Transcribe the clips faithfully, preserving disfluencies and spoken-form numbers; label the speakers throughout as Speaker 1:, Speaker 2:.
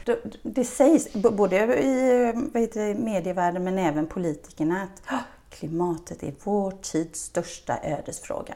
Speaker 1: Det sägs både i vad heter det, medievärlden men även politikerna att klimatet är vår tids största ödesfråga.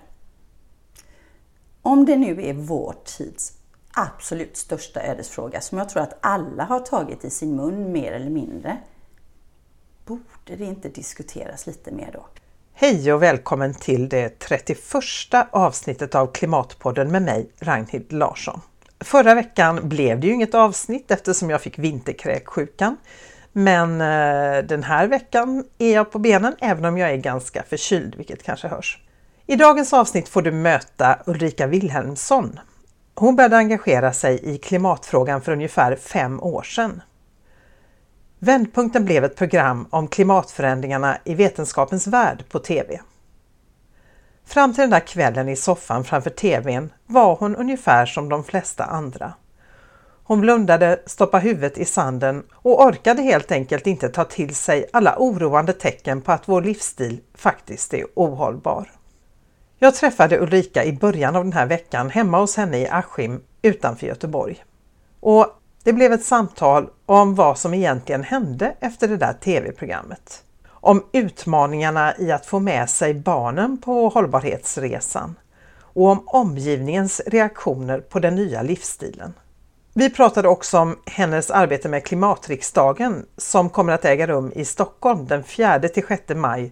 Speaker 1: Om det nu är vår tids absolut största ödesfråga som jag tror att alla har tagit i sin mun mer eller mindre, borde det inte diskuteras lite mer då?
Speaker 2: Hej och välkommen till det trettioförsta avsnittet av Klimatpodden med mig, Ragnhild Larsson. Förra veckan blev det ju inget avsnitt eftersom jag fick vinterkräksjukan. Men eh, den här veckan är jag på benen även om jag är ganska förkyld, vilket kanske hörs. I dagens avsnitt får du möta Ulrika Wilhelmsson. Hon började engagera sig i klimatfrågan för ungefär fem år sedan. Vändpunkten blev ett program om klimatförändringarna i vetenskapens värld på tv. Fram till den där kvällen i soffan framför tvn var hon ungefär som de flesta andra. Hon blundade, stoppade huvudet i sanden och orkade helt enkelt inte ta till sig alla oroande tecken på att vår livsstil faktiskt är ohållbar. Jag träffade Ulrika i början av den här veckan hemma hos henne i Askim utanför Göteborg. Och det blev ett samtal om vad som egentligen hände efter det där tv-programmet. Om utmaningarna i att få med sig barnen på hållbarhetsresan och om omgivningens reaktioner på den nya livsstilen. Vi pratade också om hennes arbete med klimatriksdagen som kommer att äga rum i Stockholm den fjärde till sjätte maj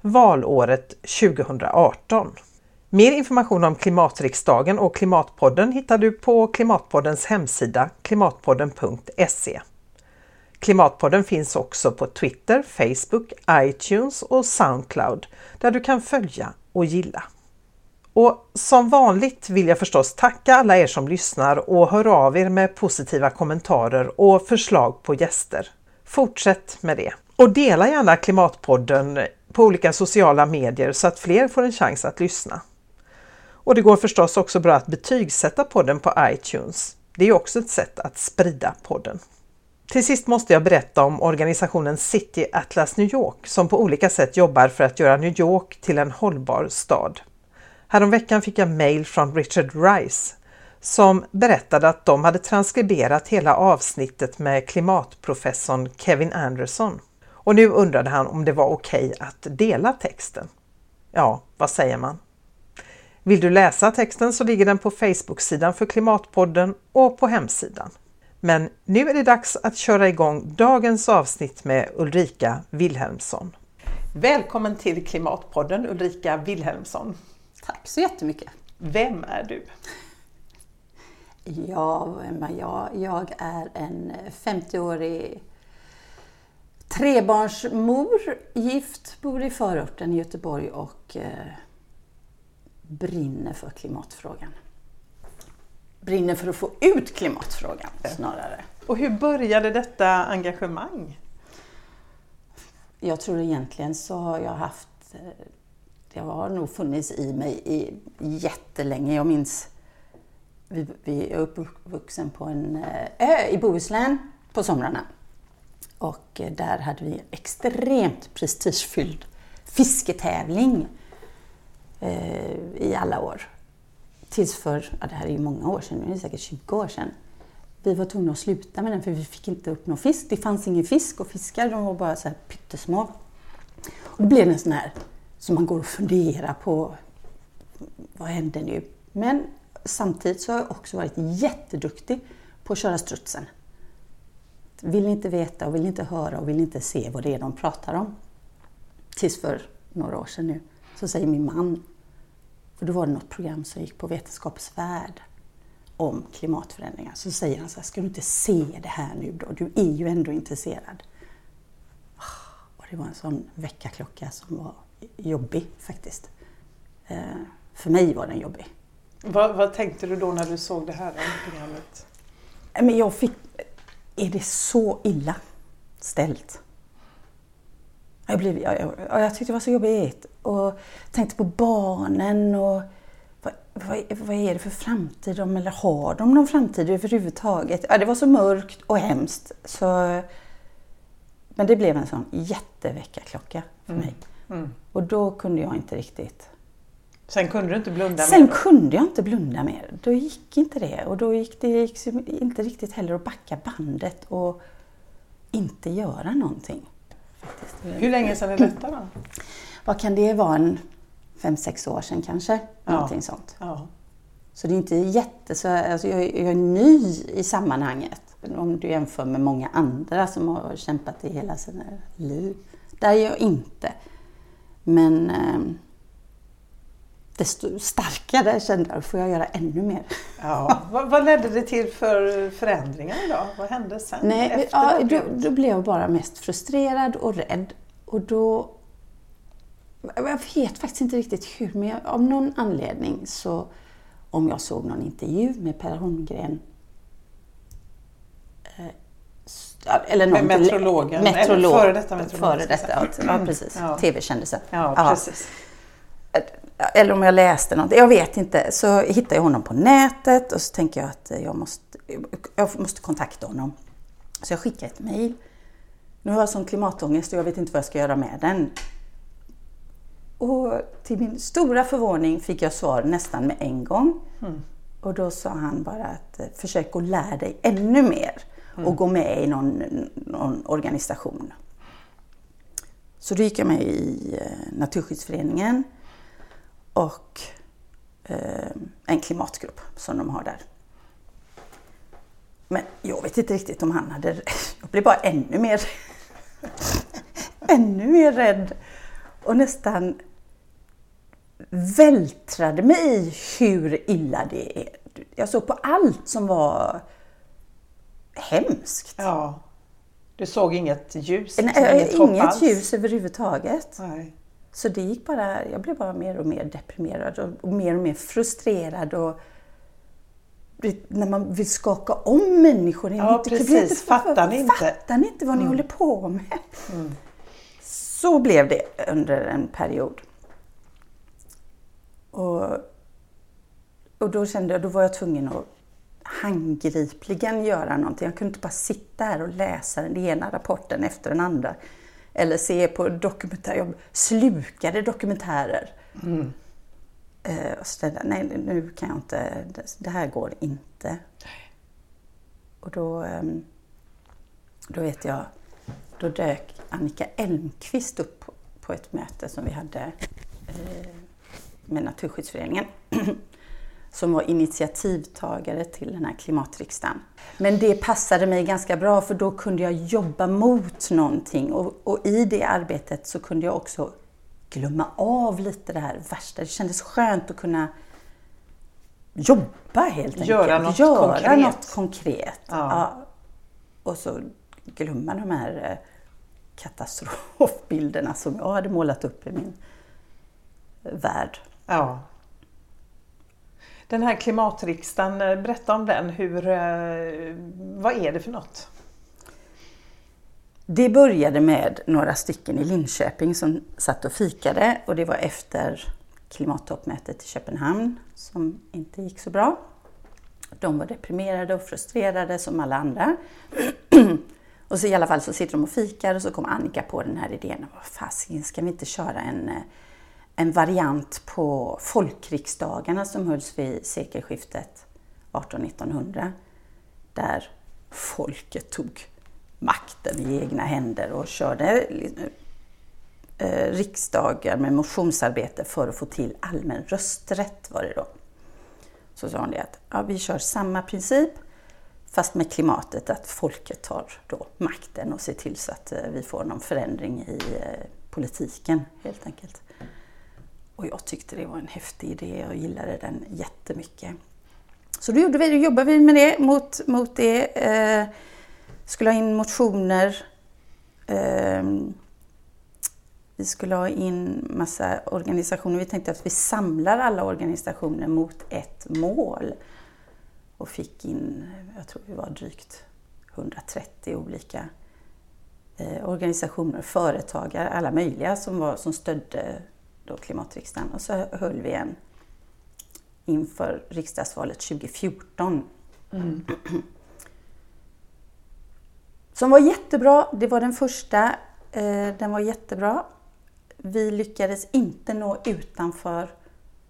Speaker 2: valåret tjugohundraarton. Mer information om klimatriksdagen och Klimatpodden hittar du på Klimatpoddens hemsida klimatpodden punkt se. Klimatpodden finns också på Twitter, Facebook, iTunes och Soundcloud där du kan följa och gilla. Och som vanligt vill jag förstås tacka alla er som lyssnar och hör av er med positiva kommentarer och förslag på gäster. Fortsätt med det. Och dela gärna Klimatpodden på olika sociala medier så att fler får en chans att lyssna. Och det går förstås också bra att betygsätta podden på iTunes. Det är också ett sätt att sprida podden. Till sist måste jag berätta om organisationen City Atlas New York som på olika sätt jobbar för att göra New York till en hållbar stad. Häromveckan fick jag mejl från Richard Rice som berättade att de hade transkriberat hela avsnittet med klimatprofessorn Kevin Anderson. Och nu undrade han om det var okej att dela texten. Ja, vad säger man? Vill du läsa texten så ligger den på Facebook-sidan för Klimatpodden och på hemsidan. Men nu är det dags att köra igång dagens avsnitt med Ulrika Wilhelmsson. Välkommen till Klimatpodden, Ulrika Wilhelmsson.
Speaker 1: Tack så jättemycket.
Speaker 2: Vem är du?
Speaker 1: Ja, vem är jag? Jag är en femtioårig trebarnsmor, gift, bor i förorten i Göteborg och eh, brinner för klimatfrågan. Brinner för att få ut klimatfrågan snarare.
Speaker 2: Och hur började detta engagemang?
Speaker 1: Jag tror egentligen så har jag haft, det har nog funnits i mig i jättelänge. Jag minns, vi, vi är uppvuxen på en ö i Bohuslän på somrarna. Och där hade vi en extremt prestigefylld fisketävling eh, i alla år. Tills för, ja det här är ju många år sedan, det är säkert tjugo år sedan. Vi var tvungna att sluta med den för vi fick inte upp någon fisk. Det fanns ingen fisk och fiskar, de var bara så här pyttesmå. Och det blev en sån här som man går och funderar på, vad händer nu? Men samtidigt så har jag också varit jätteduktig på att köra strutsen. Vill inte veta och vill inte höra och vill inte se vad det är de pratar om. Tills för några år sedan nu så säger min man, för då var det något program som gick på Vetenskapens värld om klimatförändringar. Så säger han så här, ska du inte se det här nu då? Du är ju ändå intresserad. Och det var en sån väckarklocka som var jobbig faktiskt. För mig var den jobbig.
Speaker 2: Vad, vad tänkte du då när du såg det här programmet?
Speaker 1: Men jag fick, är det så illa ställt? Jag, blev, jag, jag, jag tyckte det var så jobbigt och tänkte på barnen och vad, vad, vad är det för framtid de, eller har de någon framtid överhuvudtaget? Ja, det var så mörkt och hemskt så, men det blev en sån jätteväckarklocka för mig.
Speaker 2: Mm. Mm.
Speaker 1: Och då kunde jag inte riktigt
Speaker 2: Sen kunde du inte blunda
Speaker 1: Sen
Speaker 2: mer?
Speaker 1: Sen kunde jag inte blunda mer. Då gick inte det. Och då gick det gick inte riktigt heller att backa bandet och inte göra någonting. Faktiskt.
Speaker 2: Hur länge sedan är detta då?
Speaker 1: Vad kan det vara? En fem, sex år sedan kanske? Ja. Någonting sånt.
Speaker 2: Ja.
Speaker 1: Så det är inte jätte... Så, alltså jag, jag är ny i sammanhanget. Om du jämför med många andra som har kämpat i hela sina liv. Där är jag inte. Men eh, desto starkare kände jag, får jag göra ännu mer.
Speaker 2: Ja. vad, vad ledde det till för förändringar då? Vad hände sen?
Speaker 1: Nej,
Speaker 2: efter
Speaker 1: ja, då, då blev jag bara mest frustrerad och rädd. Och då... Jag vet faktiskt inte riktigt hur, men jag, av någon anledning så... Om jag såg någon intervju med Per Holmgren eller någon
Speaker 2: meteorologen,
Speaker 1: meteorolog,
Speaker 2: eller före detta meteorolog.
Speaker 1: Före detta, ja precis. Ja. Tv-kändisen.
Speaker 2: Ja, precis.
Speaker 1: Ja. Eller om jag läste något, jag vet inte. Så hittade jag honom på nätet och så tänker jag att jag måste, jag måste kontakta honom. Så jag skickar ett mejl. Nu har jag sån klimatångest och jag vet inte vad jag ska göra med den. Och till min stora förvåning fick jag svar nästan med en gång. Mm. Och då sa han bara att försök att lära dig ännu mer. Mm. Och gå med i någon, någon organisation. Så då gick jag med i eh, Naturskyddsföreningen. Och eh, en klimatgrupp som de har där. Men jag vet inte riktigt om han hade... Jag blev bara ännu mer... ännu mer rädd. Och nästan vältrade mig i hur illa det är. Jag såg på allt som var hemskt.
Speaker 2: Ja. Du såg inget ljus?
Speaker 1: Nej, inget, inget ljus överhuvudtaget.
Speaker 2: Nej.
Speaker 1: Så det gick bara, jag blev bara mer och mer deprimerad och, och mer och mer frustrerad. Och när man vill skaka om människor.
Speaker 2: Ja, inte, precis. Inte, fattar ni inte?
Speaker 1: Fattar ni inte vad ni mm. håller på med? Mm. Så blev det under en period. Och, och då kände jag, då var jag tvungen att handgripligen göra någonting. Jag kunde inte bara sitta här och läsa den ena rapporten efter den andra. Eller se på dokumentärer. Jag slukade dokumentärer. Mm. Uh, och så tänkte, nej, nu kan jag inte. Det, det här går inte. Och då, um, då vet jag, då dök Annika Elmqvist upp på, på ett möte som vi hade uh, med Naturskyddsföreningen. Som var initiativtagare till den här klimatriksdagen. Men det passade mig ganska bra för då kunde jag jobba mot någonting. Och, och i det arbetet så kunde jag också glömma av lite det här värsta. Det kändes skönt att kunna jobba helt enkelt.
Speaker 2: Göra något
Speaker 1: Göra
Speaker 2: konkret.
Speaker 1: Något konkret.
Speaker 2: Ja.
Speaker 1: Ja. Och så glömma de här katastrofbilderna som jag hade målat upp i min värld.
Speaker 2: Ja. Den här klimatriksdagen, berätta om den. Hur, vad är det för något?
Speaker 1: Det började med några stycken i Linköping som satt och fikade. Och det var efter klimattoppmötet i Köpenhamn som inte gick så bra. De var deprimerade och frustrerade som alla andra. Och så i alla fall så sitter de och fikar och så kom Annika på den här idén. Vad fasiken, ska vi inte köra en... en variant på folkriksdagarna som hölls vid sekelskiftet arton nittonhundra. Där folket tog makten i egna händer och körde eh, riksdagar med motionsarbete för att få till allmän rösträtt var det då. Så sa hon det att ja, vi kör samma princip fast med klimatet att folket tar då makten och ser till så att eh, vi får någon förändring i eh, politiken helt enkelt. Och jag tyckte det var en häftig idé och gillade den jättemycket. Så då, gjorde vi, då jobbade vi med det, mot, mot det. Eh, skulle ha in motioner. Eh, vi skulle ha in massa organisationer. Vi tänkte att vi samlar alla organisationer mot ett mål. Och fick in, jag tror vi var drygt hundratrettio olika eh, organisationer, företagare, alla möjliga som, var, som stödde då klimatriksdagen. Och så höll vi en inför riksdagsvalet tjugo fjorton. Mm. Som var jättebra. Det var den första. Eh, den var jättebra. Vi lyckades inte nå utanför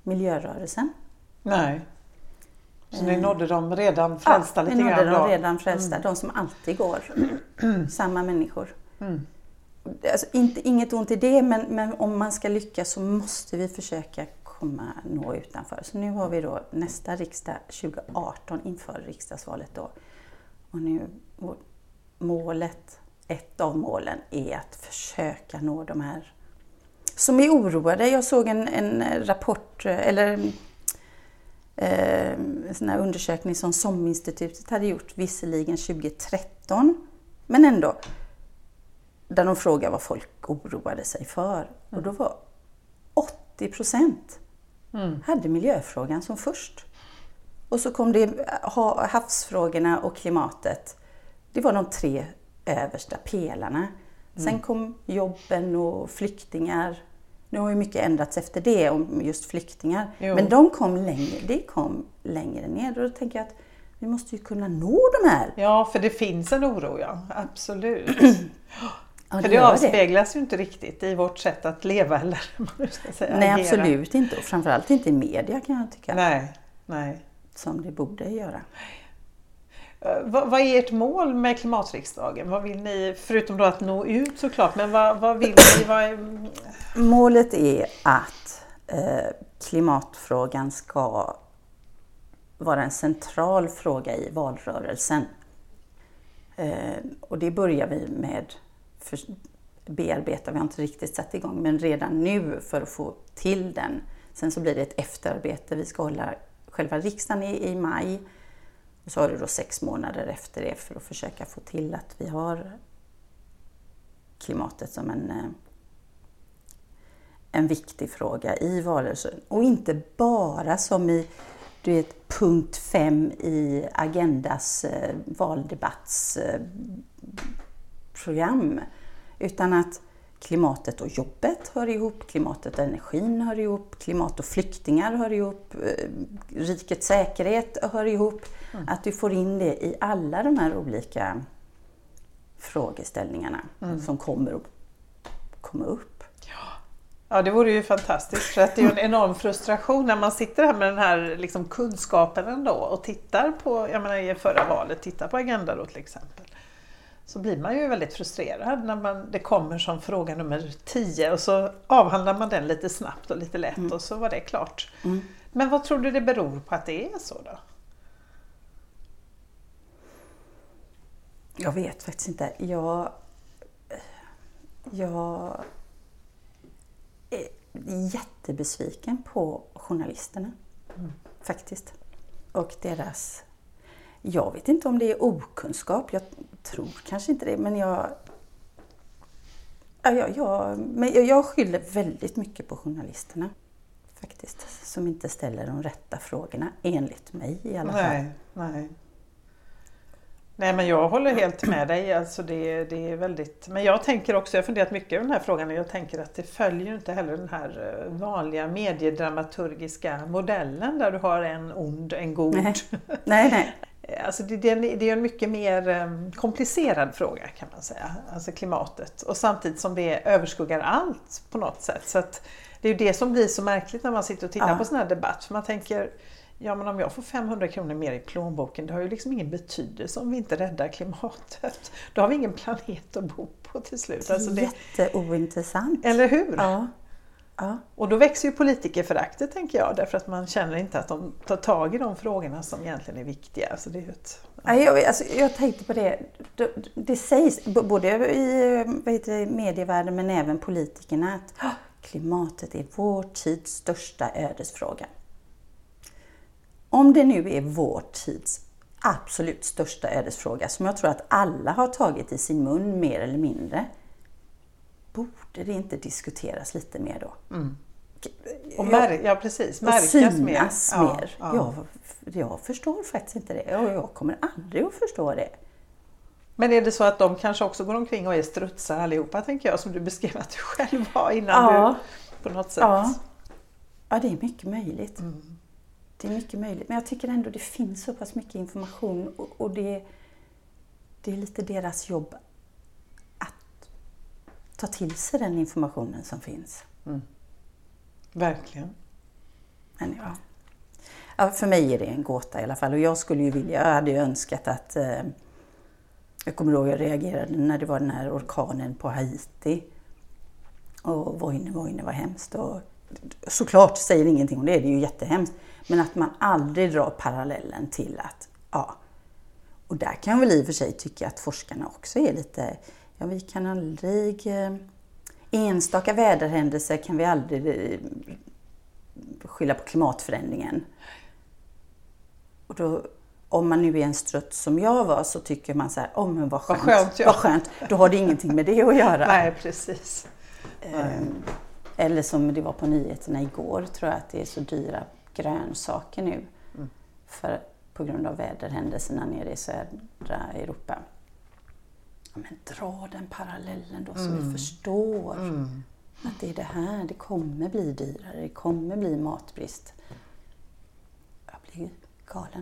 Speaker 1: miljörörelsen.
Speaker 2: Nej. Så ni nådde dem redan frälsta
Speaker 1: ja,
Speaker 2: lite
Speaker 1: grann? Ja, vi nådde dem
Speaker 2: då?
Speaker 1: redan frälsta. Mm. De som alltid går. Samma människor. Mm. Alltså, inte, inget ont i det, men, men om man ska lyckas så måste vi försöka komma nå utanför. Så nu har vi då nästa riksdag tjugo arton inför riksdagsvalet då. Och nu målet, ett av målen är att försöka nå de här som är oroade. Jag såg en, en rapport eller eh, en sån här undersökning som SOM-institutet hade gjort visserligen tjugo tretton, men ändå där de frågade vad folk oroade sig för. Mm. Och då var åttio procent mm. hade miljöfrågan som först. Och så kom det havsfrågorna och klimatet. Det var de tre översta pelarna. Sen mm. kom jobben och flyktingar. Nu har ju mycket ändrats efter det om just flyktingar. Jo. Men de kom längre, det kom längre ner. Och då tänker jag att vi måste ju kunna nå de här.
Speaker 2: Ja, för det finns en oro, ja. Absolut. Ja, för det, det avspeglas det. ju inte riktigt i vårt sätt att leva eller man ska säga,
Speaker 1: nej,
Speaker 2: agera.
Speaker 1: Absolut inte. Och framförallt inte i media kan jag tycka.
Speaker 2: Nej, nej.
Speaker 1: Som det borde göra.
Speaker 2: Vad, vad är ert mål med klimatriksdagen? Vad vill ni, förutom då att nå ut såklart, men vad, vad vill ni? Vad är...
Speaker 1: Målet är att eh, klimatfrågan ska vara en central fråga i valrörelsen. Eh, och det börjar vi med för, bearbeta, vi har inte riktigt satt igång, men redan nu för att få till den. Sen så blir det ett efterarbete, vi ska hålla själva riksdagen i, i maj. Och så har det då sex månader efter det för att försöka få till att vi har klimatet som en, en viktig fråga i valrörelsen. Och inte bara som i du vet, punkt fem i Agendas eh, valdebattsprogram. Eh, utan att klimatet och jobbet hör ihop, klimatet och energin hör ihop, klimat och flyktingar hör ihop, eh, rikets säkerhet hör ihop. Mm. Att du får in det i alla de här olika frågeställningarna mm. som kommer att komma upp.
Speaker 2: Ja. ja, det vore ju fantastiskt för att det är ju en enorm frustration när man sitter här med den här liksom kunskapen ändå och tittar på, jag menar i förra valet, tittar på Agenda då till exempel. Så blir man ju väldigt frustrerad när man, det kommer som fråga nummer tio och så avhandlar man den lite snabbt och lite lätt mm. och så var det klart. Mm. Men vad tror du det beror på att det är så då?
Speaker 1: Jag vet faktiskt inte. Jag, jag är jättebesviken på journalisterna mm. faktiskt. Och deras... Jag vet inte om det är okunskap, jag tror kanske inte det, men jag, ja, jag, jag, men jag, jag skyller väldigt mycket på journalisterna faktiskt, som inte ställer de rätta frågorna, enligt mig i alla fall.
Speaker 2: Nej, nej. Nej, men jag håller helt med dig, alltså det, det är väldigt, men jag tänker också, jag har funderat mycket över den här frågan och jag tänker att det följer inte heller den här vanliga mediedramaturgiska modellen där du har en ond, en god.
Speaker 1: Nej, nej. nej.
Speaker 2: Alltså det, det, är en, det är en mycket mer um, komplicerad fråga kan man säga, alltså klimatet. Och samtidigt som det överskuggar allt på något sätt. Så att det är ju det som blir så märkligt när man sitter och tittar ja. på sån här debatt. För man tänker, ja men om jag får femhundra kronor mer i plånboken, det har ju liksom ingen betydelse om vi inte räddar klimatet. Då har vi ingen planet att bo på till slut.
Speaker 1: Alltså det är jätteointressant.
Speaker 2: Eller hur?
Speaker 1: Ja. Ja.
Speaker 2: Och då växer ju politikerföraktet tänker jag, därför att man känner inte att de tar tag i de frågorna som egentligen är viktiga. Alltså det är ett,
Speaker 1: ja. jag, alltså, jag tänkte på det, det, det sägs både i vad heter det, medievärlden men även politikerna att oh, klimatet är vår tids största ödesfråga. Om det nu är vår tids absolut största ödesfråga som jag tror att alla har tagit i sin mun mer eller mindre, borde det inte diskuteras lite mer då? Mm.
Speaker 2: Och mär- ja, precis. Märkas
Speaker 1: och synas
Speaker 2: mer.
Speaker 1: mer. Ja, ja. Jag, jag förstår faktiskt inte det. Och jag kommer aldrig att förstå det.
Speaker 2: Men är det så att de kanske också går omkring och är strutsar allihopa, tänker jag, som du beskrev att du själv var innan
Speaker 1: ja.
Speaker 2: du på något sätt?
Speaker 1: Ja, ja det är mycket möjligt.
Speaker 2: Mm.
Speaker 1: Det är mycket möjligt. Men jag tycker ändå det finns så pass mycket information och, och det, det är lite deras jobb ta till sig den informationen som finns.
Speaker 2: Mm. Verkligen.
Speaker 1: Men ja. Ja, för mig är det en gåta i alla fall. Och jag skulle ju vilja, jag hade ju önskat att... Eh, jag kommer ihåg jag reagerade när det var den här orkanen på Haiti. Och Voine, Voine var hemskt. Och såklart säger ingenting om det, det är ju jättehemskt. Men att man aldrig drar parallellen till att... ja. Och där kan jag väl i och för sig tycka att forskarna också är lite... Ja, vi kan aldrig... Eh, enstaka väderhändelser kan vi aldrig... Eh, skylla på klimatförändringen. Och då, om man nu är en strutt som jag var så tycker man så här, åh oh, men vad skönt,
Speaker 2: vad skönt, ja.
Speaker 1: vad skönt, då har det ingenting med det att göra.
Speaker 2: Nej, precis.
Speaker 1: Um, eller som det var på nyheterna igår, tror jag att det är så dyra grönsaker nu mm. för, på grund av väderhändelserna nere i södra Europa. Ja, men dra den parallellen då så mm. vi förstår. Mm. Att det är det här, det kommer bli dyrare, det kommer bli matbrist. Jag blir galen.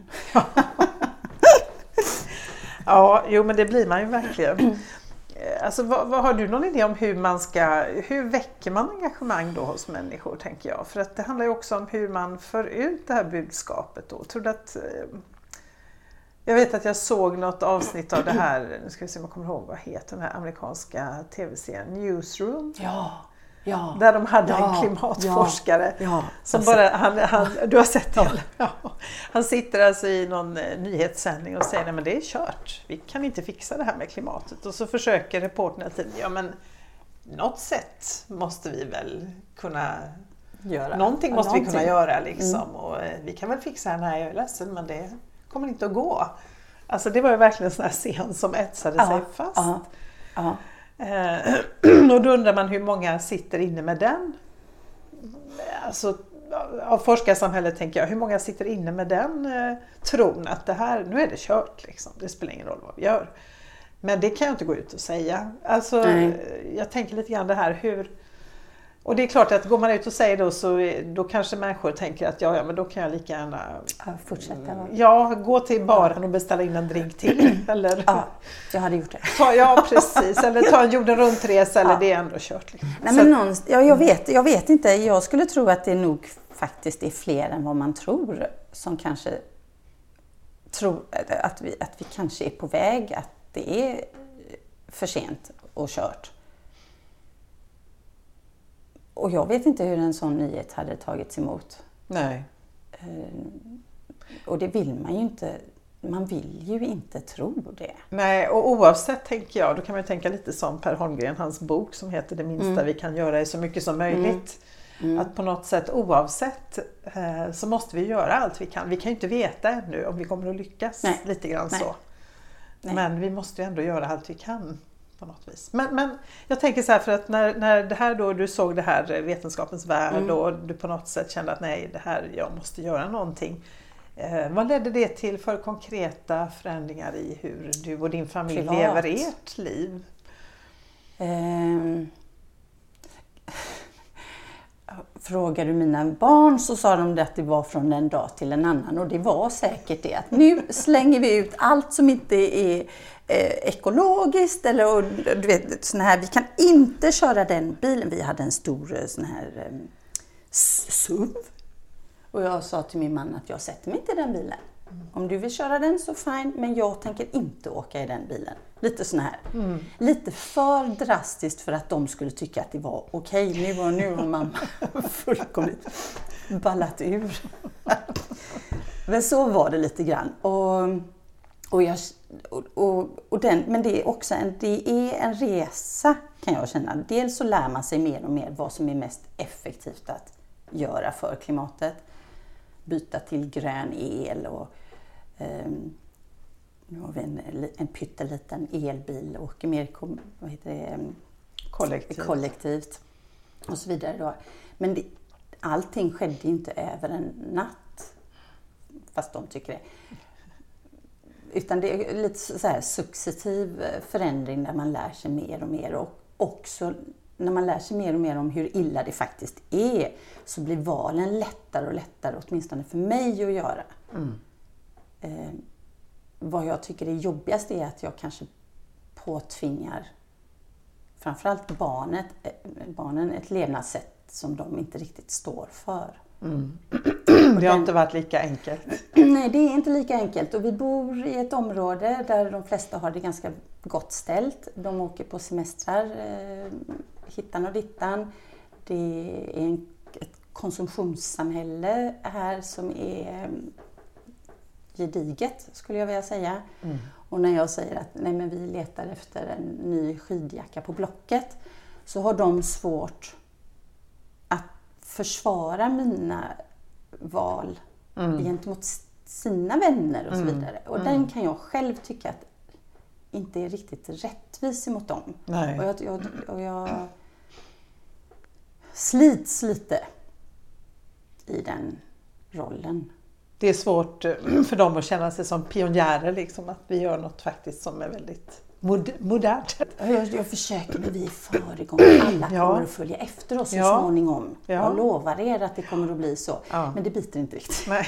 Speaker 2: Ja, jo men det blir man ju verkligen. Alltså vad, vad har du någon idé om hur man ska, hur väcker man engagemang då hos människor, tänker jag? För att det handlar ju också om hur man för ut det här budskapet då. Tror du att... Jag vet att jag såg något avsnitt av det här, nu ska vi se om jag kommer ihåg vad heter den här amerikanska tv-serien, Newsroom.
Speaker 1: Ja. Ja,
Speaker 2: där de hade
Speaker 1: ja,
Speaker 2: en klimatforskare
Speaker 1: ja, ja,
Speaker 2: som bara, han, han, du har sett det? Ja. Han sitter alltså i någon nyhetssändning och säger nej men det är kört, vi kan inte fixa det här med klimatet. Och så försöker reportern att ja men något sätt måste vi väl kunna göra. Någonting måste någonting. vi kunna göra liksom. Mm. Och vi kan väl fixa den här, jag är ledsen men det kommer inte att gå. Alltså det var ju verkligen en sån här scen som etsade ja, sig fast. Ja, ja. Eh, och då undrar man hur många sitter inne med den. Alltså av forskarsamhället tänker jag, hur många sitter inne med den eh, tron att det här, nu är det kört liksom. Det spelar ingen roll vad vi gör. Men det kan jag inte gå ut och säga. Alltså Nej. jag tänker lite grann det här hur. Och det är klart att går man ut och säger då så då kanske människor tänker att ja, ja men då kan jag lika gärna
Speaker 1: ja, fortsätta.
Speaker 2: Ja, gå till baren och beställa in en drink till. Eller,
Speaker 1: ja, jag hade gjort det.
Speaker 2: Ta, ja, precis. Eller ta en jorden runt-resa eller ja. det är ändå kört. Liksom.
Speaker 1: Nej, men någon, ja, jag, vet, jag vet inte. Jag skulle tro att det nog faktiskt är fler än vad man tror som kanske tror att vi, att vi kanske är på väg, att det är för sent och kört. Och jag vet inte hur en sån nyhet hade tagits emot.
Speaker 2: Nej.
Speaker 1: Och det vill man ju inte. Man vill ju inte tro det.
Speaker 2: Nej, och oavsett tänker jag, då kan man ju tänka lite som Per Holmgren, hans bok som heter Det minsta mm. vi kan göra är så mycket som möjligt. Mm. Mm. Att på något sätt oavsett eh, så måste vi göra allt vi kan. Vi kan ju inte veta ännu om vi kommer att lyckas. Nej. Lite grann Nej. så. Nej. Men vi måste ju ändå göra allt vi kan. På något vis. Men, men jag tänker så här, för att när, när det här då, du såg det här vetenskapens värld mm. och du på något sätt kände att nej, det här, jag måste göra någonting. Eh, vad ledde det till för konkreta förändringar i hur du och din familj Privat. lever ert liv?
Speaker 1: Um, frågar du mina barn så sa de det att det var från en dag till en annan, och det var säkert det att nu slänger vi ut allt som inte är eh, ekologiskt eller och, du vet sån här, vi kan inte köra den bilen. Vi hade en stor sån här eh, S U V och jag sa till min man att jag sätter mig inte i den bilen. Mm. Om du vill köra den så fine, men jag tänker inte åka i den bilen. Lite sån här. Mm. Lite för drastiskt för att de skulle tycka att det var okej. Okay, nu och nu har mamma fullkomligt ballat ur. Men så var det lite grann. Och, och jag, och, och, och den, men det är också en, det är en resa kan jag känna. Dels så lär man sig mer och mer vad som är mest effektivt att göra för klimatet. Byta till grön el och um, nu har vi en, en pytteliten elbil och åker mer vad heter det,
Speaker 2: kollektivt.
Speaker 1: kollektivt och så vidare. Då. Men det, allting skedde ju inte över en natt, fast de tycker det. Utan det är lite så här successiv förändring där man lär sig mer och mer, och också när man lär sig mer och mer om hur illa det faktiskt är så blir valen lättare och lättare, åtminstone för mig att göra. Mm. Eh, vad jag tycker är jobbigast är att jag kanske påtvingar framförallt barnet, eh, barnen ett levnadssätt som de inte riktigt står för.
Speaker 2: Mm. Det har inte varit lika enkelt.
Speaker 1: Nej, det är inte lika enkelt. Och vi bor i ett område där de flesta har det ganska gott ställt. De åker på semestrar, eh, hittan och dittan. Det är en, ett konsumtionssamhälle här som är gediget, skulle jag vilja säga. Mm. Och när jag säger att nej, men vi letar efter en ny skidjacka på Blocket, så har de svårt att försvara mina val mm. gentemot sina vänner och så vidare. Mm. Och mm. den kan jag själv tycka att inte är riktigt rättvis mot dem.
Speaker 2: Nej.
Speaker 1: Och jag, jag, och jag slits lite i den rollen.
Speaker 2: Det är svårt för dem att känna sig som pionjärer, liksom, att vi gör något faktiskt som är väldigt mod- modernt.
Speaker 1: Jag, jag försöker, men vi är föregångare. Alla
Speaker 2: ja.
Speaker 1: kommer att följa efter oss så
Speaker 2: ja.
Speaker 1: småningom.
Speaker 2: Ja.
Speaker 1: Jag lovar er att det kommer att bli så.
Speaker 2: Ja.
Speaker 1: Men det biter inte riktigt.
Speaker 2: Nej.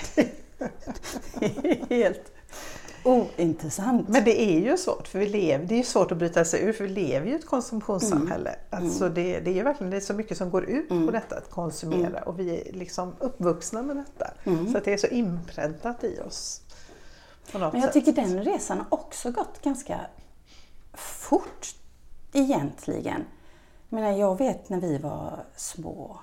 Speaker 1: Helt ointressant.
Speaker 2: Men det är ju svårt, för vi lever, det är ju svårt att bryta sig ur, för vi lever ju i ett konsumtionssamhälle. Mm. Alltså mm. det, det är ju verkligen det är så mycket som går ut mm. på detta, att konsumera. Mm. Och vi är liksom uppvuxna med detta. Mm. Så att det är så inpräntat i oss. På något
Speaker 1: Men jag
Speaker 2: sätt.
Speaker 1: tycker den resan har också gått ganska fort egentligen. Jag menar, jag vet när vi var små.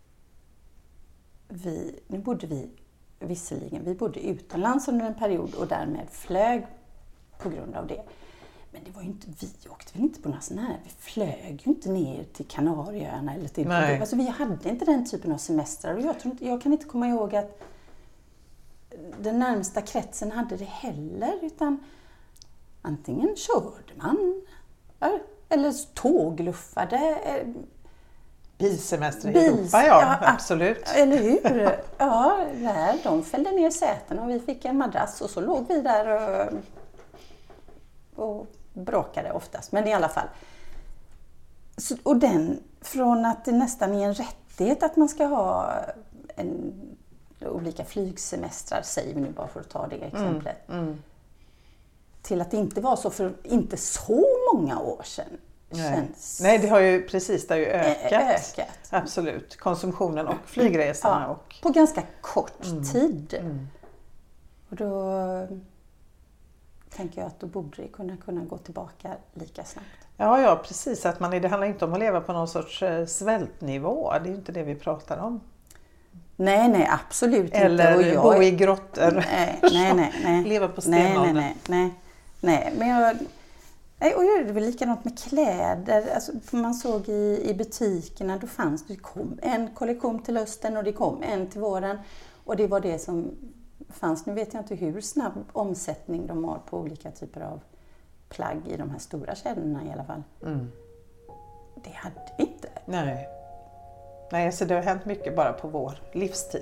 Speaker 1: Vi, nu bodde vi visserligen, vi bodde utomlands under en period och därmed flög på grund av det. Men det var ju inte, vi åkte väl inte på några sådana här, vi flög ju inte ner till Kanarieöarna eller till, alltså vi hade inte den typen av semestrar, och jag, tror inte, jag kan inte komma ihåg att den närmsta kretsen hade det heller, utan antingen körde man eller tågluffade.
Speaker 2: Bilsemester i Europa, ja, ja, absolut.
Speaker 1: Eller hur? Ja, där, de fällde ner säten och vi fick en madrass och så låg vi där och, och bråkade oftast. Men i alla fall. Så, och den, från att det nästan är en rättighet att man ska ha en, olika flygsemestrar, säger vi nu bara för att ta det exemplet. Mm, mm. Till att det inte var så för inte så många år sedan.
Speaker 2: Nej.
Speaker 1: Känns...
Speaker 2: Nej, det har ju precis, det har ju ökat.
Speaker 1: ökat.
Speaker 2: Absolut. Konsumtionen och flygresorna.
Speaker 1: Ja,
Speaker 2: och...
Speaker 1: på ganska kort
Speaker 2: mm.
Speaker 1: tid.
Speaker 2: Mm.
Speaker 1: Och då tänker jag att då borde det kunna, kunna gå tillbaka lika snabbt.
Speaker 2: Ja, ja, precis. Att man, det handlar inte om att leva på någon sorts svältnivå. Det är ju inte det vi pratar om.
Speaker 1: Nej, nej, absolut
Speaker 2: Eller
Speaker 1: inte.
Speaker 2: Eller bo i grottor.
Speaker 1: Nej, nej, nej, nej.
Speaker 2: Leva på stenåldern.
Speaker 1: Nej, nej, nej, nej. Men jag... Nej, och det var likadant med kläder. Alltså, man såg i, i butikerna, då fanns det kom en kollektion till hösten och det kom en till våren. Och det var det som fanns. Nu vet jag inte hur snabb omsättning de har på olika typer av plagg i de här stora kedjorna i alla fall. Mm. Det hade vi inte.
Speaker 2: Nej. Nej, så det har hänt mycket bara på vår livstid.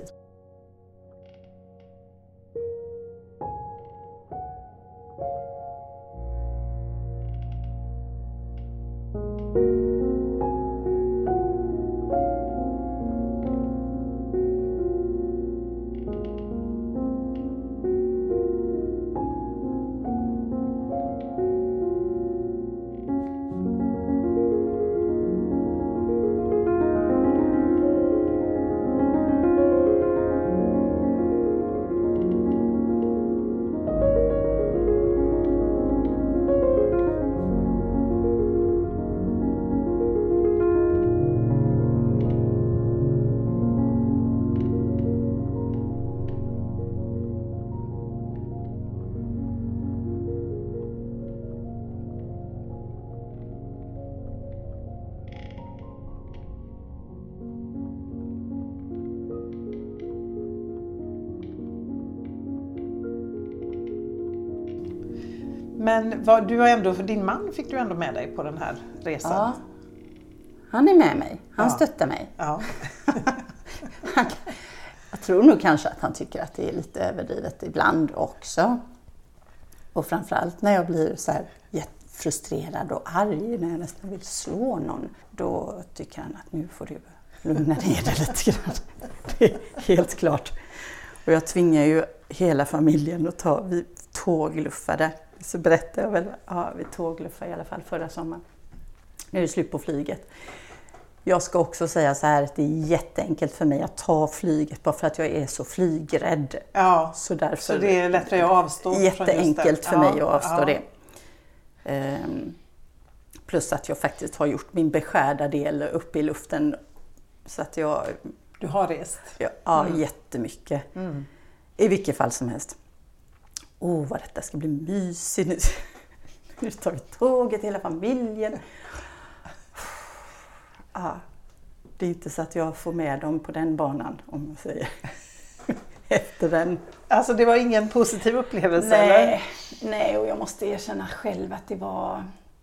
Speaker 2: Men vad, du har ändå, för din man fick du ändå med dig på den här resan?
Speaker 1: Ja, han är med mig. Han
Speaker 2: ja.
Speaker 1: stöttar mig.
Speaker 2: Ja.
Speaker 1: Jag tror nog kanske att han tycker att det är lite överdrivet ibland också. Och framförallt när jag blir så här frustrerad och arg, när jag nästan vill slå någon. Då tycker han att nu får du lugna ner dig lite grann. Det är helt klart. Och jag tvingar ju hela familjen att ta, vi tågluffade. Så berättade jag väl, ja vi tågluffade i alla fall förra sommaren. Nu är det slut på flyget. Jag ska också säga så här att det är jätteenkelt för mig att ta flyget bara för att jag är så flygrädd.
Speaker 2: Ja,
Speaker 1: så, därför,
Speaker 2: så det är lättare att avstå från just det.
Speaker 1: Jätteenkelt för mig att avstå
Speaker 2: ja.
Speaker 1: det. Um, plus att jag faktiskt har gjort min beskärda del uppe i luften. Så att jag...
Speaker 2: Du har rest?
Speaker 1: Ja, ja mm. jättemycket. Mm. I vilket fall som helst. Åh, oh, vad detta ska bli mysigt nu. Nu tar vi tåget, hela familjen. Ah, det är inte så att jag får med dem på den banan, om man säger. Efter den.
Speaker 2: Alltså det var ingen positiv upplevelse?
Speaker 1: Nej,
Speaker 2: eller?
Speaker 1: nej, och jag måste erkänna själv att det var...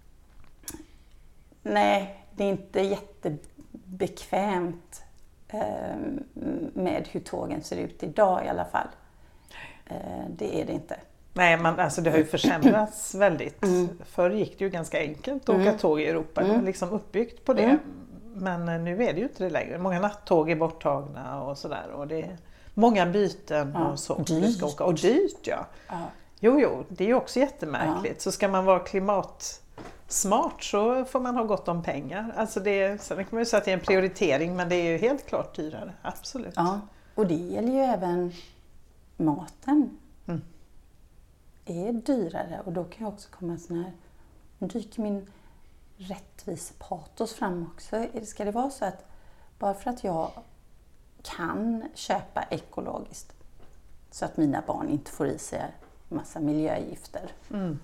Speaker 1: Nej, det är inte jättebekvämt eh, med hur tågen ser ut idag i alla fall. Eh, det är det inte.
Speaker 2: Nej, man, alltså det har ju försämrats väldigt. Mm. Förr gick det ju ganska enkelt att åka mm. tåg i Europa. Det var liksom uppbyggt på det. Mm. Men nu är det ju inte det längre. Många nattåg är borttagna och sådär. Och det är många byten ja. och så.
Speaker 1: Dyrt.
Speaker 2: Ska åka. Och dyrt, ja. ja. Jo, jo, det är ju också jättemärkligt. Ja. Så ska man vara klimatsmart så får man ha gott om pengar. Alltså det, sen kan man ju säga att det är en prioritering, men det är ju helt klart dyrare. Absolut.
Speaker 1: Ja, och det gäller ju även maten.
Speaker 2: Mm.
Speaker 1: är dyrare, och då kan jag också komma sån här, nu dyker min rättvisepatos fram också. Ska det vara så att bara för att jag kan köpa ekologiskt så att mina barn inte får i sig massa miljögifter
Speaker 2: mm.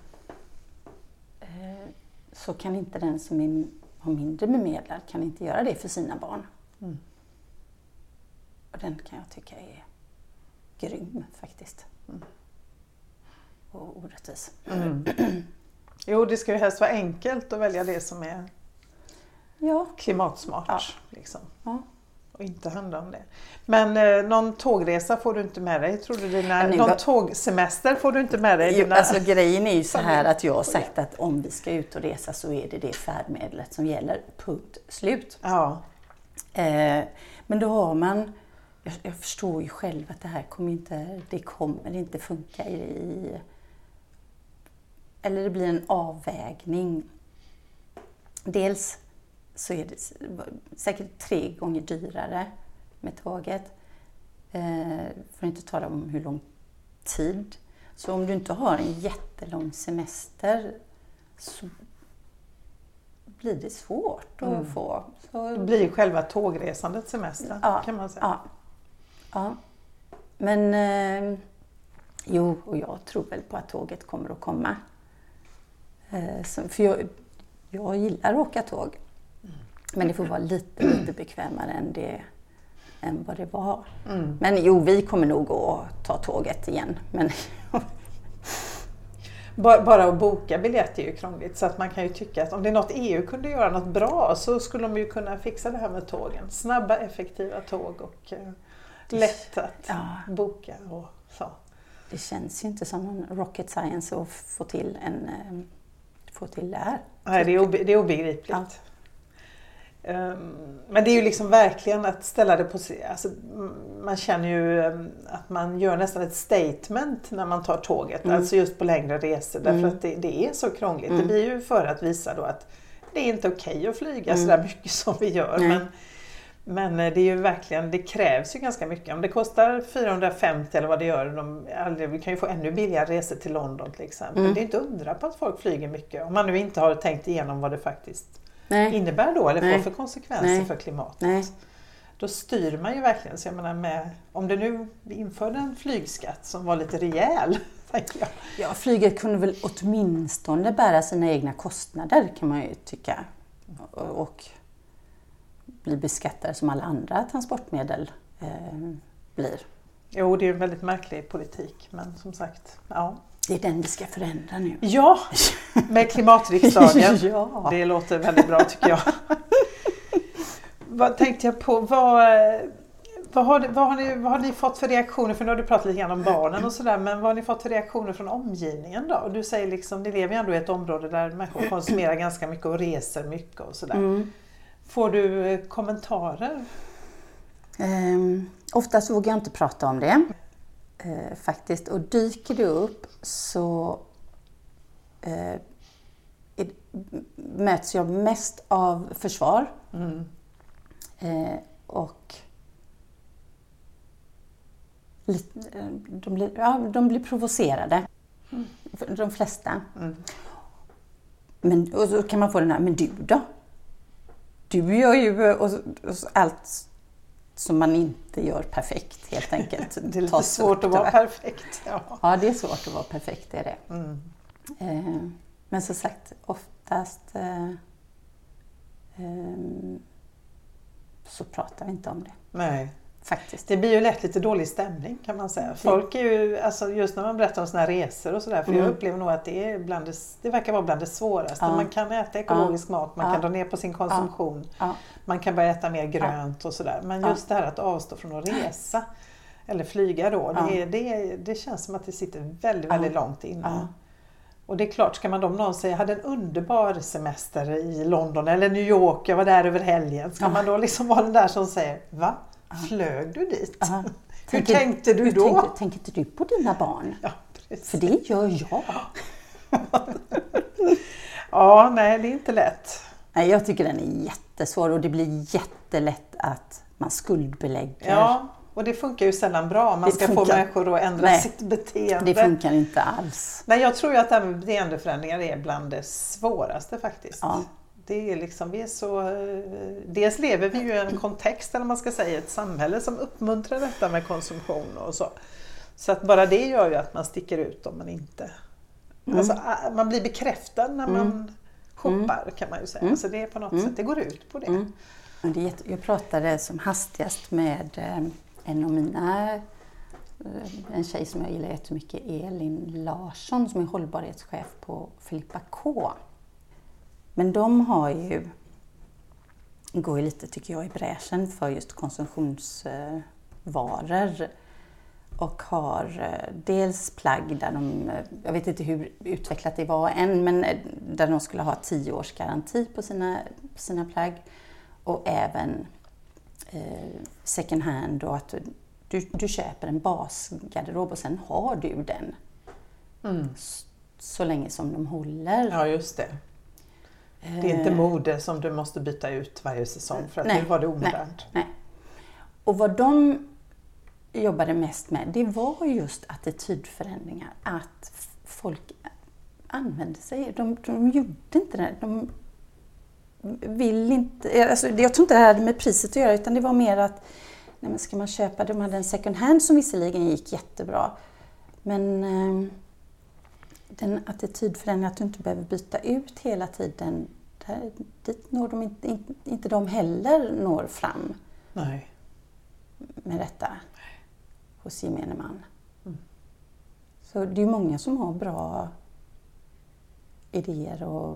Speaker 1: så kan inte den som är, har mindre bemedlad kan inte göra det för sina barn.
Speaker 2: Mm.
Speaker 1: Och den kan jag tycka är grym faktiskt.
Speaker 2: Mm.
Speaker 1: Och orättvis.
Speaker 2: Mm. Jo, det ska ju helst vara enkelt att välja det som är
Speaker 1: ja.
Speaker 2: klimatsmart.
Speaker 1: Ja.
Speaker 2: Liksom.
Speaker 1: Ja.
Speaker 2: Och inte handla om det. Men eh, någon tågresa får du inte med dig, tror du? Dina, någon var... tågsemester får du inte med dig?
Speaker 1: Jo, alltså, grejen är ju så här att jag har sagt att om vi ska ut och resa så är det det färdmedlet som gäller. Punkt slut.
Speaker 2: Ja.
Speaker 1: Eh, men då har man... Jag, jag förstår ju själv att det här kommer inte, det kommer inte funka i... Eller det blir en avvägning. Dels så är det säkert tre gånger dyrare med tåget. Eh, för att inte tala om hur lång tid. Så om du inte har en jättelång semester så blir det svårt att mm. få. Så...
Speaker 2: Det blir själva tågresandet semester
Speaker 1: ja,
Speaker 2: kan man säga.
Speaker 1: Ja, ja. Men eh, jo, och jag tror väl på att tåget kommer att komma. Eh, så, för jag, jag gillar att åka tåg. Mm. Men det får vara lite, lite bekvämare än, det, än vad det var.
Speaker 2: Mm.
Speaker 1: Men jo, vi kommer nog att ta tåget igen. Men
Speaker 2: bara, bara att boka biljett är ju krångligt. Så att man kan ju tycka att om det är något E U kunde göra något bra så skulle de ju kunna fixa det här med tågen. Snabba, effektiva tåg och eh, lätt att
Speaker 1: ja.
Speaker 2: boka och så.
Speaker 1: Det känns ju inte som en rocket science att få till en... Eh, få till det här.
Speaker 2: Nej, det är, obe, det är obegripligt. Ja. Um, men det är ju liksom verkligen att ställa det på sig. Alltså, man känner ju um, att man gör nästan ett statement när man tar tåget. Mm. Alltså just på längre resor. Därför mm. att det, det är så krångligt. Mm. Det blir ju för att visa då att det är inte okej att flyga mm. sådär mycket som vi gör. Men, men det är ju verkligen, det krävs ju ganska mycket. Om det kostar fyrahundrafemtio eller vad det gör, de, vi kan ju få ännu billigare resor till London till exempel. Mm. Det är inte undra på att folk flyger mycket. Om man nu inte har tänkt igenom vad det faktiskt Nej. innebär då, eller får för konsekvenser Nej. för klimatet.
Speaker 1: Nej.
Speaker 2: Då styr man ju verkligen. Så jag menar med, om det nu införde en flygskatt som var lite rejäl, tänker jag.
Speaker 1: Ja, flyget kunde väl åtminstone bära sina egna kostnader, kan man ju tycka. Och, och bli beskattade som alla andra transportmedel eh, blir.
Speaker 2: Jo, det är en väldigt märklig politik, men som sagt, ja.
Speaker 1: Det är den vi ska förändra nu.
Speaker 2: Ja, med klimatriksdagen.
Speaker 1: Ja.
Speaker 2: Det låter väldigt bra tycker jag. Vad tänkte jag på? Vad, vad, har, vad, har ni, vad har ni fått för reaktioner? För nu har du pratat lite grann om barnen och sådär. Men vad har ni fått för reaktioner från omgivningen då? Du säger liksom, ni lever ju ändå i ett område där människor konsumerar ganska mycket och reser mycket och sådär. Mm. Får du kommentarer?
Speaker 1: Um, oftast vågar jag inte prata om det. Uh, faktiskt. Och dyker det upp så uh, är, möts jag mest av försvar.
Speaker 2: Mm.
Speaker 1: Eh, och lite, de, blir, ja, de blir provocerade. Mm. De flesta. Mm. Men, och så kan man få den här, men du då? Du gör ju och, och allt som man inte gör perfekt helt enkelt.
Speaker 2: Det är lite svårt att vara perfekt. Ja.
Speaker 1: ja, det är svårt att vara perfekt, det är det. Mm. Eh, men som sagt, oftast eh, eh, så pratar vi inte om det.
Speaker 2: Nej.
Speaker 1: Faktiskt.
Speaker 2: Det blir ju lätt lite dålig stämning kan man säga. Folk är ju, alltså just när man berättar om såna här resor och sådär, för mm. jag upplever nog att det är bland det, det verkar vara bland det svåraste. Ja. Man kan äta ekologisk ja. mat, man ja. kan dra ner på sin konsumtion, ja. man kan börja äta mer grönt och sådär. Men just ja. det här att avstå från att resa eller flyga då, ja. det, det, det känns som att det sitter väldigt, väldigt ja. långt inne. Ja. Och det är klart, ska man då någon säga, jag hade en underbar semester i London eller New York, jag var där över helgen. Ska ja. man då liksom vara den där som säger, va? Flög du dit? Aha. Hur tänker, tänkte du då?
Speaker 1: Tänker, tänker inte du på dina barn?
Speaker 2: Ja, precis.
Speaker 1: För det gör jag.
Speaker 2: Ja, nej, det är inte lätt.
Speaker 1: Nej, jag tycker den är jättesvår och det blir jättelätt att man skuldbelägger.
Speaker 2: Ja, och det funkar ju sällan bra. Man det ska funkar. få människor att ändra nej, sitt beteende.
Speaker 1: Det funkar inte alls.
Speaker 2: Nej, jag tror ju att det här med beteendeförändringar är bland det svåraste faktiskt.
Speaker 1: Ja.
Speaker 2: Det är liksom, vi är så, dels lever vi ju i en kontext, eller man ska säga ett samhälle som uppmuntrar detta med konsumtion och så. Så att bara det gör ju att man sticker ut om man inte, mm. alltså man blir bekräftad när man mm. shoppar kan man ju säga. Mm. Så det är på något mm. sätt, det går ut på det.
Speaker 1: Mm. det är, jag pratade som hastigast med en av mina, en tjej som jag gillar jättemycket, Elin Larsson, som är hållbarhetschef på Filippa K. Men de har ju, går ju lite tycker jag i bräschen för just konsumtionsvaror och har dels plagg där de, jag vet inte hur utvecklat det var än, men där de skulle ha tio års garanti på sina, sina plagg och även eh, second hand och att du, du köper en basgarderob och sen har du den mm. så, så länge som de håller.
Speaker 2: Ja, just det. Det är inte mode som du måste byta ut varje säsong för att
Speaker 1: nej,
Speaker 2: nu var det omodernt.
Speaker 1: Nej, nej. Och vad de jobbade mest med, det var just attitydförändringar. Att folk använde sig, de, de gjorde inte det. De vill inte, alltså, jag tror inte det hade med priset att göra, utan det var mer att nej, men ska man köpa, de hade en second hand som visserligen gick jättebra. Men eh, den attitydförändringen att du inte behöver byta ut hela tiden, där, dit når de inte, inte, inte de heller når fram.
Speaker 2: Nej.
Speaker 1: Med detta hos gemene man. Mm. Så det är många som har bra idéer och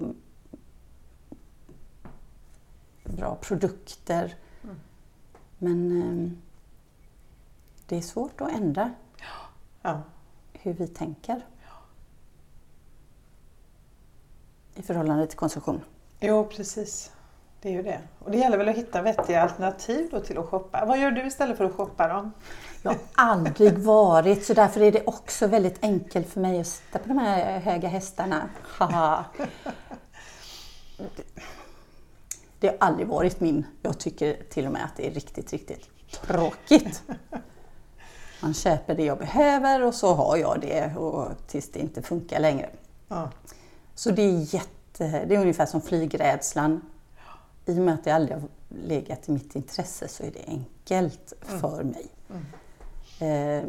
Speaker 1: bra produkter. Mm. Men eh, det är svårt att ändra
Speaker 2: ja.
Speaker 1: hur vi tänker. I förhållande till konsumtion.
Speaker 2: Jo, precis. Det är ju det. Och det gäller väl att hitta vettiga alternativ då till att shoppa. Vad gör du istället för att shoppa då?
Speaker 1: Jag har aldrig varit, så därför är det också väldigt enkelt för mig att sitta på de här höga hästarna. Det har aldrig varit min. Jag tycker till och med att det är riktigt, riktigt tråkigt. Man köper det jag behöver och så har jag det och tills det inte funkar längre.
Speaker 2: Ja.
Speaker 1: Så det är jätte, det är ungefär som flygrädslan. I och med att det aldrig har legat i mitt intresse så är det enkelt mm. för mig. Mm. Eh,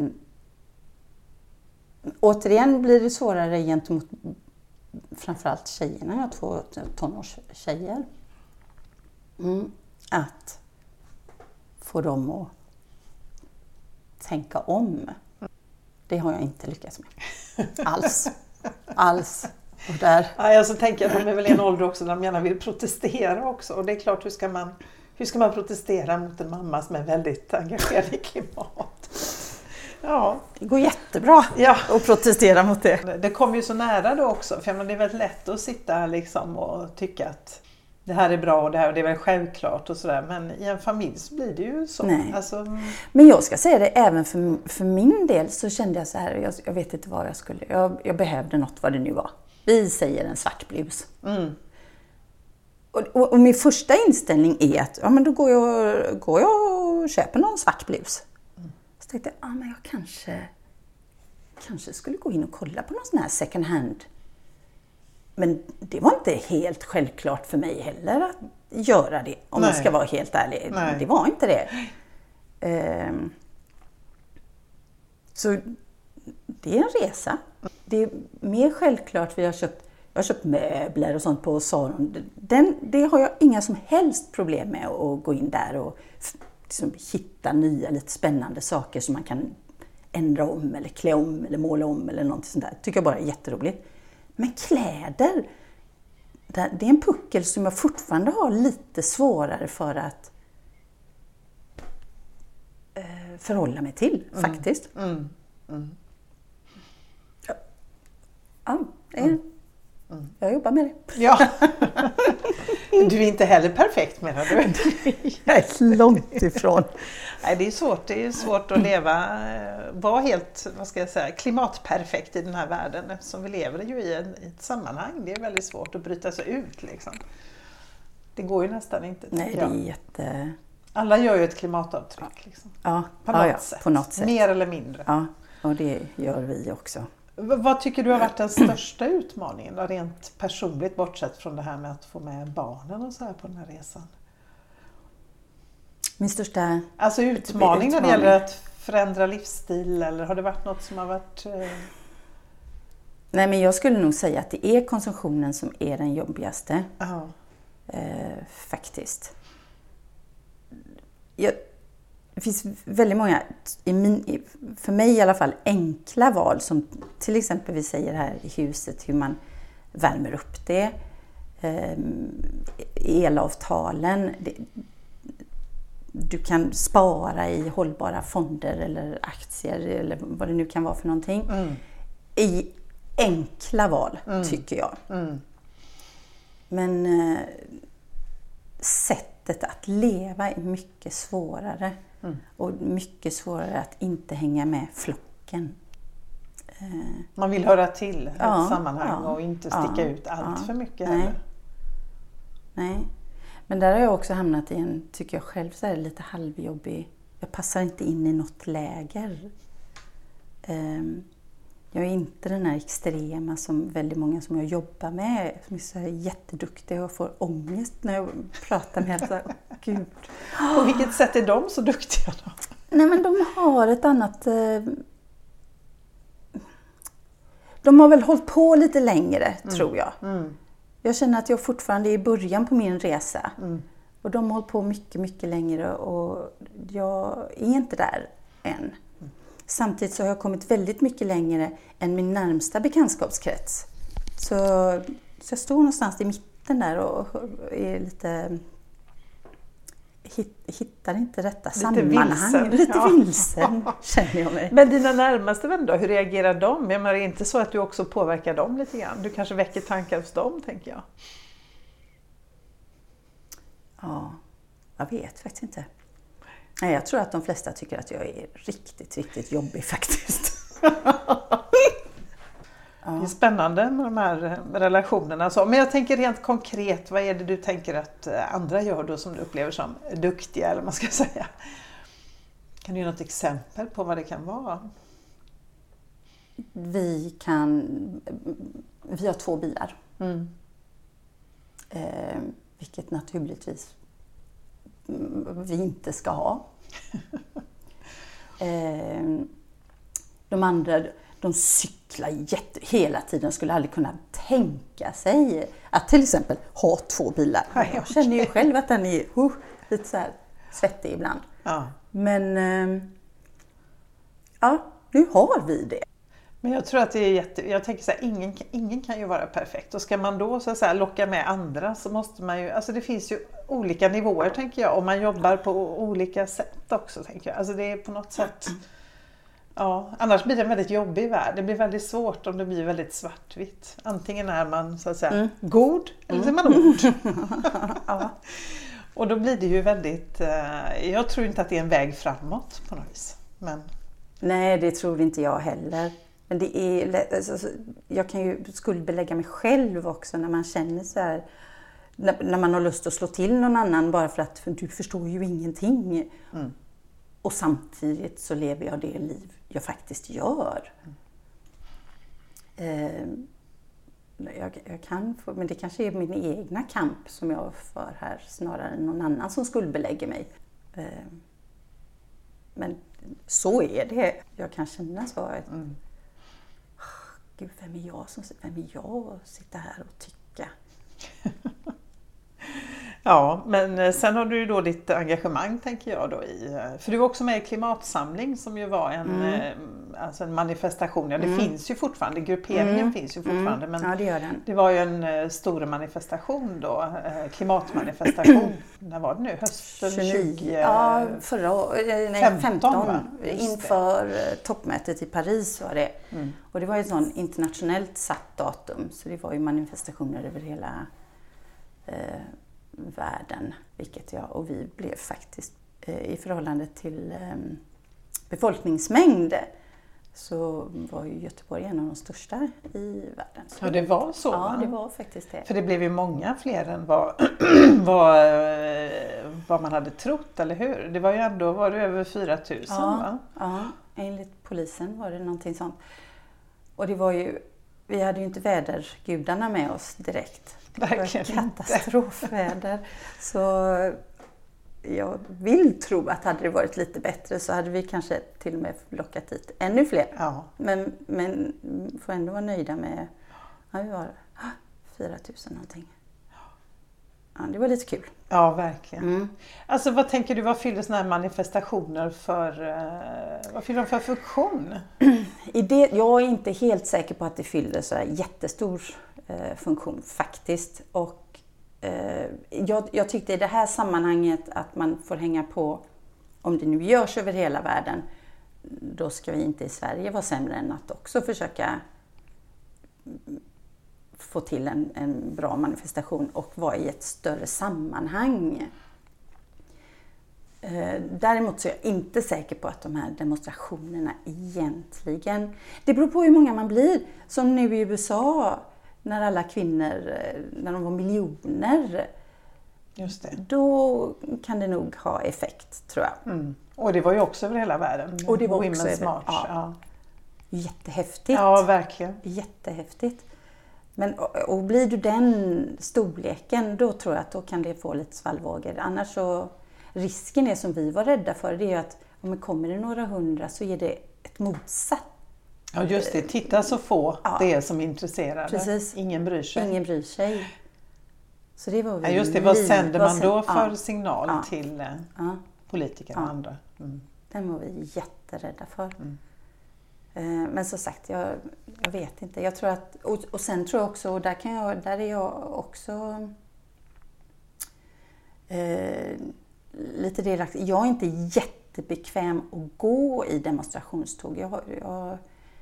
Speaker 1: återigen blir det svårare gentemot framförallt tjejerna. Jag har två tonårstjejer. Mm. Att få dem att tänka om. Det har jag inte lyckats med. Alls. Alls. Och där.
Speaker 2: Ja, jag så tänker att de är väl i en ålder också där de gärna vill protestera också. Och det är klart, hur ska man, hur ska man protestera mot en mamma som är väldigt engagerad i klimat? Ja.
Speaker 1: Det går jättebra
Speaker 2: ja.
Speaker 1: att protestera mot det.
Speaker 2: Det kommer ju så nära då också. För det är väldigt lätt att sitta liksom och tycka att det här är bra och det här och det är väl självklart och sådär. Men i en familj så blir det ju så.
Speaker 1: Nej.
Speaker 2: Alltså...
Speaker 1: Men jag ska säga det, även för, för min del så kände jag så här, jag, jag vet inte vad jag skulle, jag, jag behövde något vad det nu var. Vi säger en svart blus.
Speaker 2: Mm.
Speaker 1: Och, och, och min första inställning är att ja, men då går jag, går jag och köper någon svart blus. Mm. Så tänkte jag, ja, men jag kanske, kanske skulle gå in och kolla på någon sån här second hand. Men det var inte helt självklart för mig heller att göra det, om Nej. man ska vara helt ärlig. Nej. Det var inte det. Um, så det är en resa. Det är mer självklart, vi har köpt, jag har köpt möbler och sånt på Saron. Den, det har jag inga som helst problem med att gå in där och liksom hitta nya, lite spännande saker som man kan ändra om eller klä om eller måla om eller något sånt där. Det tycker jag bara är jätteroligt. Men kläder, det är en puckel som jag fortfarande har lite svårare för att förhålla mig till, mm. faktiskt. Mm. Mm. Ja, ja det är, mm. Mm. jag jobbar med det. Ja.
Speaker 2: Du är inte heller perfekt, menar du?
Speaker 1: Jag är långt ifrån.
Speaker 2: Nej, det är svårt, det är svårt att leva, vara helt, vad ska jag säga, klimatperfekt i den här världen, eftersom vi lever ju i, en, i ett sammanhang. Det är väldigt svårt att bryta sig ut liksom. Det går ju nästan inte.
Speaker 1: Nej, det är jätte...
Speaker 2: Alla gör ju ett klimatavtryck liksom.
Speaker 1: Ja,
Speaker 2: på,
Speaker 1: ja,
Speaker 2: något
Speaker 1: ja,
Speaker 2: sätt.
Speaker 1: på något sätt.
Speaker 2: Mer eller mindre.
Speaker 1: Ja, och det gör vi också.
Speaker 2: V- vad tycker du har varit den största utmaningen då, rent personligt, bortsett från det här med att få med barnen och så här på den här resan?
Speaker 1: Min största
Speaker 2: Alltså utmaning när det gäller att förändra livsstil, eller har det varit något som har varit... Eh...
Speaker 1: Nej, men jag skulle nog säga att det är konsumtionen som är den jobbigaste.
Speaker 2: Uh-huh.
Speaker 1: Eh, faktiskt. Jag, det finns väldigt många, i min, för mig i alla fall, enkla val som till exempel vi säger här i huset, hur man värmer upp det, eh, elavtalen. Det, du kan spara i hållbara fonder eller aktier eller vad det nu kan vara för någonting. Mm. I enkla val, mm. tycker jag. Mm. Men eh, sättet att leva är mycket svårare. Mm. Och mycket svårare att inte hänga med flocken. Eh,
Speaker 2: Man vill höra till
Speaker 1: ja,
Speaker 2: ett sammanhang
Speaker 1: ja,
Speaker 2: och inte sticka
Speaker 1: ja,
Speaker 2: ut allt
Speaker 1: ja,
Speaker 2: för mycket
Speaker 1: nej.
Speaker 2: heller.
Speaker 1: Nej. Men där har jag också hamnat i en, tycker jag själv, så här lite halvjobbig. Jag passar inte in i något läger. Um, jag är inte den här extrema som väldigt många som jag jobbar med, som är så här jätteduktiga och får ångest när jag pratar med dem. Oh, Gud.
Speaker 2: På vilket sätt är de så duktiga då?
Speaker 1: Nej, men de har ett annat... Uh, de har väl hållit på lite längre, mm. tror jag. Mm. Jag känner att jag fortfarande är i början på min resa. Mm. Och de har hållit på mycket, mycket längre och jag är inte där än. Mm. Samtidigt så har jag kommit väldigt mycket längre än min närmsta bekantskapskrets. Så, så jag står någonstans i mitten där och är lite... hittar inte rätta lite sammanhang.
Speaker 2: Vilsen.
Speaker 1: Lite
Speaker 2: ja.
Speaker 1: vilsen känner jag mig.
Speaker 2: Men dina närmaste vänner då, hur reagerar de? Jag menar, är det inte så att du också påverkar dem lite grann? Du kanske väcker tankar hos dem, tänker jag.
Speaker 1: Ja, jag vet faktiskt inte. Nej, jag tror att de flesta tycker att jag är riktigt, riktigt jobbig faktiskt.
Speaker 2: Det är spännande med de här relationerna. Men jag tänker rent konkret, vad är det du tänker att andra gör då som du upplever som duktiga, eller man ska säga? Kan du ge något exempel på vad det kan vara?
Speaker 1: Vi kan... Vi har två bilar. Mm. Eh, vilket naturligtvis vi inte ska ha. eh, de andra... De cyklar jätte, hela tiden, skulle aldrig kunna tänka sig att till exempel ha två bilar. Nej, jag känner okay. ju själv att den är uh, lite så här svettig ibland. Ja. Men äh, ja, nu har vi det.
Speaker 2: Men jag tror att det är jätte, jag tänker så här, ingen, ingen kan ju vara perfekt. Och ska man då så att säga locka med andra så måste man ju, alltså det finns ju olika nivåer tänker jag. Och man jobbar på olika sätt också tänker jag. Alltså det är på något sätt... Ja, annars blir det en väldigt jobbig värld. Det blir väldigt svårt om det blir väldigt svartvitt. Antingen är man så att säga mm. god eller så är man ond. Ja. Och då blir det ju väldigt... Eh, jag tror inte att det är en väg framåt på något vis. Men...
Speaker 1: Nej, det tror inte jag heller. Men det är... Alltså, jag kan ju skuldbelägga mig själv också när man känner så här... när, när man har lust att slå till någon annan bara för att för du förstår ju ingenting. Mm. Och samtidigt så lever jag det liv jag faktiskt gör. Mm. Eh, jag, jag kan få, men det kanske är min egna kamp som jag för här snarare än någon annan som skuldbelägger mig. Eh, men så är det. Jag kan känna så. Att, mm. Gud, vem är jag som vem är jag att sitta här och tycka?
Speaker 2: Ja, men sen har du ju då ditt engagemang tänker jag då i, för du var också med i Klimatsamling som ju var en, mm. alltså en manifestation, ja det mm. finns ju fortfarande, grupperingen mm. finns ju fortfarande, men
Speaker 1: ja, det, gör den.
Speaker 2: Det var ju en stor manifestation då, klimatmanifestation, när var det nu? Hösten tjugo?
Speaker 1: Ja, förra, nej, femton, inför toppmötet i Paris var det. Mm. Och det var ju ett sånt internationellt satt datum, så det var ju manifestationer över hela eh, världen, vilket jag och vi blev faktiskt eh, i förhållande till eh, befolkningsmängd så var ju Göteborg en av de största i världen. Så
Speaker 2: ja, det var så?
Speaker 1: Ja, va? Det var faktiskt det.
Speaker 2: För det blev ju många fler än vad, vad, vad man hade trott, eller hur? Det var ju ändå var det över fyra tusen,
Speaker 1: ja,
Speaker 2: va?
Speaker 1: Ja, enligt polisen var det någonting sånt. Och det var ju, vi hade ju inte vädergudarna med oss direkt.
Speaker 2: Verkligen
Speaker 1: katastrofväder. Så jag vill tro att hade det varit lite bättre så hade vi kanske till och med lockat hit ännu fler.
Speaker 2: Ja.
Speaker 1: Men, men får ändå vara nöjda med, ja, vi var fyra tusen någonting. Ja, det var lite kul.
Speaker 2: Ja, verkligen.
Speaker 1: Mm.
Speaker 2: Alltså vad tänker du, vad fyller såna här manifestationer för, vad fyller de för funktion?
Speaker 1: I det, jag är inte helt säker på att det fyller så här jättestor eh, funktion faktiskt. Och eh, jag, jag tyckte i det här sammanhanget att man får hänga på, om det nu görs över hela världen, då ska vi inte i Sverige vara sämre än att också försöka få till en, en bra manifestation och vara i ett större sammanhang. Eh, däremot så är jag inte säker på att de här demonstrationerna egentligen... Det beror på hur många man blir. Som nu i U S A, när alla kvinnor, när de var miljoner.
Speaker 2: Just det.
Speaker 1: Då kan det nog ha effekt, tror jag.
Speaker 2: Mm. Och det var ju också över hela världen.
Speaker 1: Och det var
Speaker 2: Women's
Speaker 1: också över,
Speaker 2: March.
Speaker 1: ja.
Speaker 2: Ja.
Speaker 1: Jättehäftigt.
Speaker 2: Ja, verkligen.
Speaker 1: Jättehäftigt. Men, och, och blir du den storleken, då tror jag att då kan det få lite svallvågor. Annars så, risken är som vi var rädda för, det är att om det kommer det några hundra så är det ett motsatt.
Speaker 2: Ja, just det. Titta så få
Speaker 1: ja.
Speaker 2: Det är som är intresserade.
Speaker 1: Precis.
Speaker 2: Ingen bryr sig.
Speaker 1: Ingen bryr sig. Så det var vi
Speaker 2: ja, just det. Vad sänder man då
Speaker 1: sen,
Speaker 2: för
Speaker 1: ja.
Speaker 2: signal
Speaker 1: ja.
Speaker 2: till
Speaker 1: ja.
Speaker 2: politiker och
Speaker 1: ja.
Speaker 2: andra? Mm.
Speaker 1: Den var vi jätterädda för.
Speaker 2: Mm.
Speaker 1: Men som sagt, jag, jag vet inte. Jag tror att, och, och sen tror jag också, och där, kan jag, där är jag också eh, lite delaktig. Jag är inte jättebekväm att gå i demonstrationståg. Jag, jag,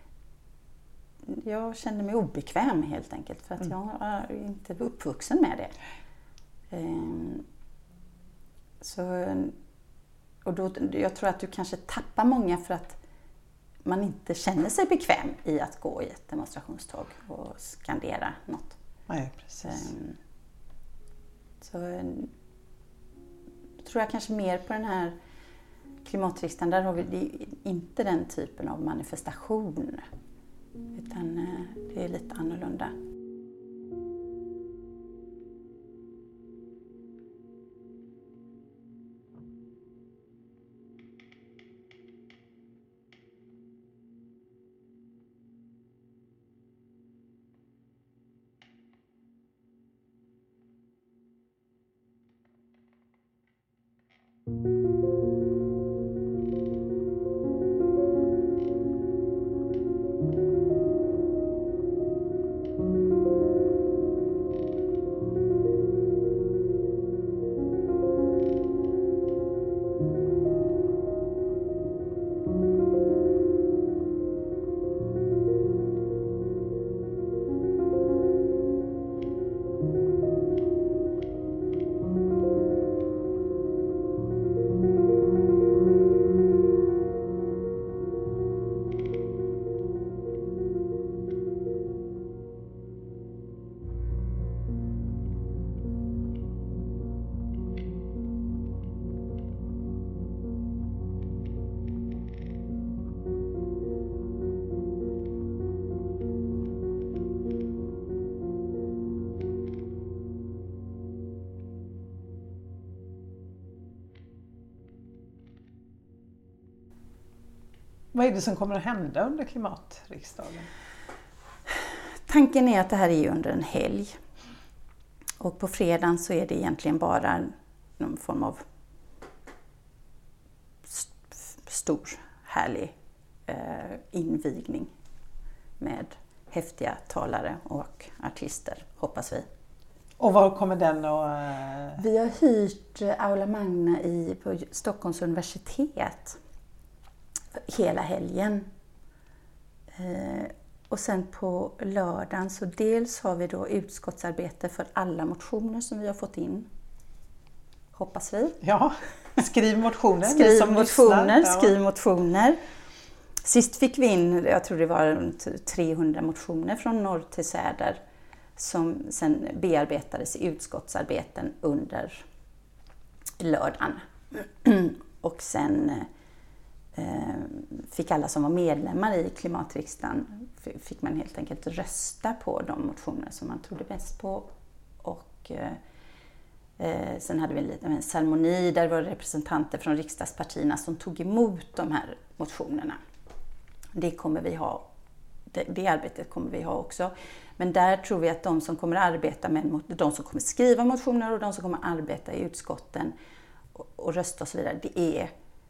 Speaker 1: jag känner mig obekväm helt enkelt för att mm. jag är inte uppvuxen med det. Eh, så, och då, jag tror att du kanske tappar många för att man inte känner sig bekväm i att gå i ett demonstrationståg och skandera något.
Speaker 2: Nej, precis.
Speaker 1: Um, så um, tror jag kanske mer på den här klimatriksdagen. Där har vi det, inte den typen av manifestation. Utan uh, det är lite annorlunda.
Speaker 2: Vad är det som kommer att hända under klimatriksdagen?
Speaker 1: Tanken är att det här är under en helg. Och på fredagen så är det egentligen bara någon form av st- stor, härlig eh, invigning med häftiga talare och artister, hoppas vi.
Speaker 2: Och var kommer den att...
Speaker 1: Vi har hyrt Aula Magna i, på Stockholms universitet hela helgen. Eh, och sen på lördagen så dels har vi då utskottsarbete för alla motioner som vi har fått in. Hoppas vi.
Speaker 2: Ja, skriv motioner.
Speaker 1: skriv
Speaker 2: som
Speaker 1: motioner,
Speaker 2: ja.
Speaker 1: skriv motioner. Sist fick vi in, jag tror det var runt trehundra motioner från norr till söder som sen bearbetades i utskottsarbeten under lördagen. Och sen eh, fick alla som var medlemmar i klimatriksdagen, fick man helt enkelt rösta på de motioner som man trodde bäst på. Och eh, sen hade vi en liten ceremoni där det var representanter från riksdagspartierna som tog emot de här motionerna. Det kommer vi ha, det, det arbetet kommer vi ha också. Men där tror vi att de som kommer arbeta med, de som kommer skriva motioner och de som kommer arbeta i utskotten och, och rösta och så vidare, det är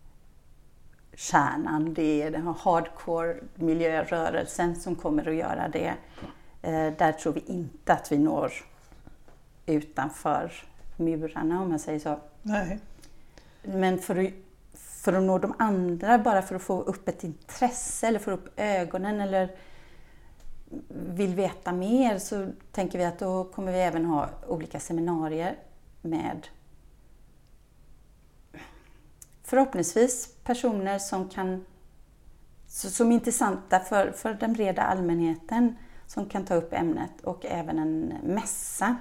Speaker 1: kärnan, det är den här hardcore miljörörelsen som kommer att göra det. Eh, där tror vi inte att vi når utanför murarna, om jag säger så.
Speaker 2: Nej.
Speaker 1: Men för att, för att nå de andra, bara för att få upp ett intresse eller få upp ögonen eller vill veta mer, så tänker vi att då kommer vi även ha olika seminarier med förhoppningsvis personer som kan som är intressanta för, för den breda allmänheten, som kan ta upp ämnet, och även en mässa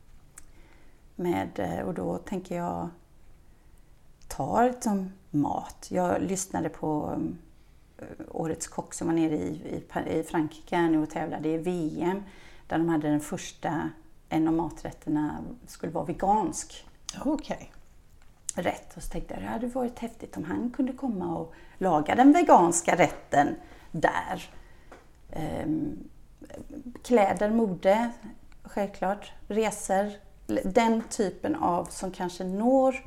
Speaker 1: med, och då tänker jag ta som mat. Jag lyssnade på Årets kock som var nere i, i, i Frankrike nu och tävlade i V M, där de hade den första, en av maträtterna skulle vara vegansk.
Speaker 2: Okej.
Speaker 1: Rätt. Och så tänkte jag, det hade varit häftigt om han kunde komma och laga den veganska rätten där. Ehm, kläder, mode, självklart, resor, den typen av som kanske når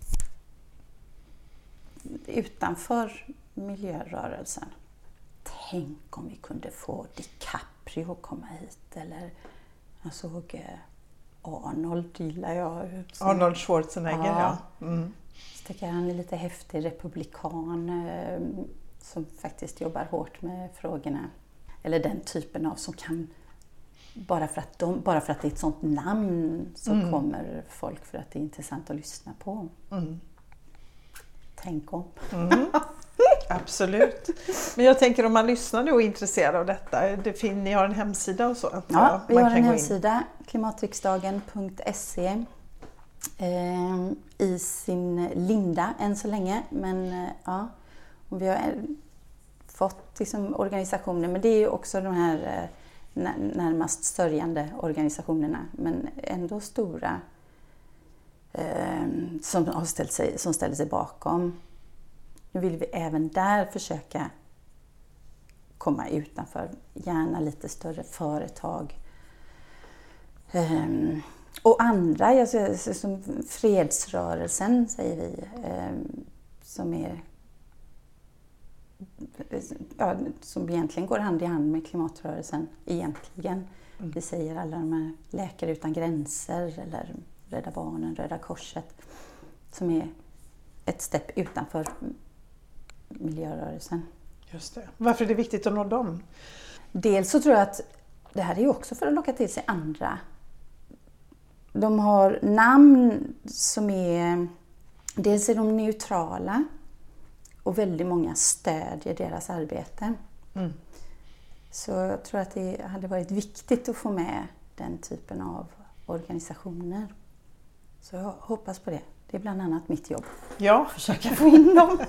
Speaker 1: utanför miljörörelsen. Tänk om vi kunde få DiCaprio att komma hit, eller jag såg Arnold, gillar jag.
Speaker 2: Som, Arnold Schwarzenegger, ja. ja. Mm.
Speaker 1: Så tycker jag han är lite häftig republikan eh, som faktiskt jobbar hårt med frågorna. Eller den typen av som kan, bara för att, de, bara för att det är ett sånt namn så mm. kommer folk för att det är intressant att lyssna på.
Speaker 2: Mm.
Speaker 1: Tänk om.
Speaker 2: Mm. Absolut. Men jag tänker om man lyssnar nu och är intresserad av detta, det fin- ni har en hemsida och så?
Speaker 1: Ja, vi man har en hemsida, klimatriksdagen punkt se, eh, i sin linda än så länge. Men eh, ja, och vi har fått liksom organisationer, men det är ju också de här eh, närmast sörjande organisationerna, men ändå stora, eh, som har ställt sig, som ställer sig bakom. Nu vill vi även där försöka komma utanför, gärna lite större företag. Um, och andra, jag säger, som fredsrörelsen säger vi, um, som är ja, som egentligen går hand i hand med klimatrörelsen egentligen. Mm. Vi säger alla de här Läkare utan gränser eller Rädda Barnen, Röda Korset, som är ett stepp utanför miljörörelsen.
Speaker 2: Just det. Varför är det viktigt att nå dem?
Speaker 1: Dels så tror jag att det här är också för att locka till sig andra. De har namn som är, dels är de neutrala och väldigt många stödjer deras arbete. Mm. Så jag tror att det hade varit viktigt att få med den typen av organisationer. Så jag hoppas på det. Det är bland annat mitt jobb.
Speaker 2: Ja,
Speaker 1: försöka få in dem.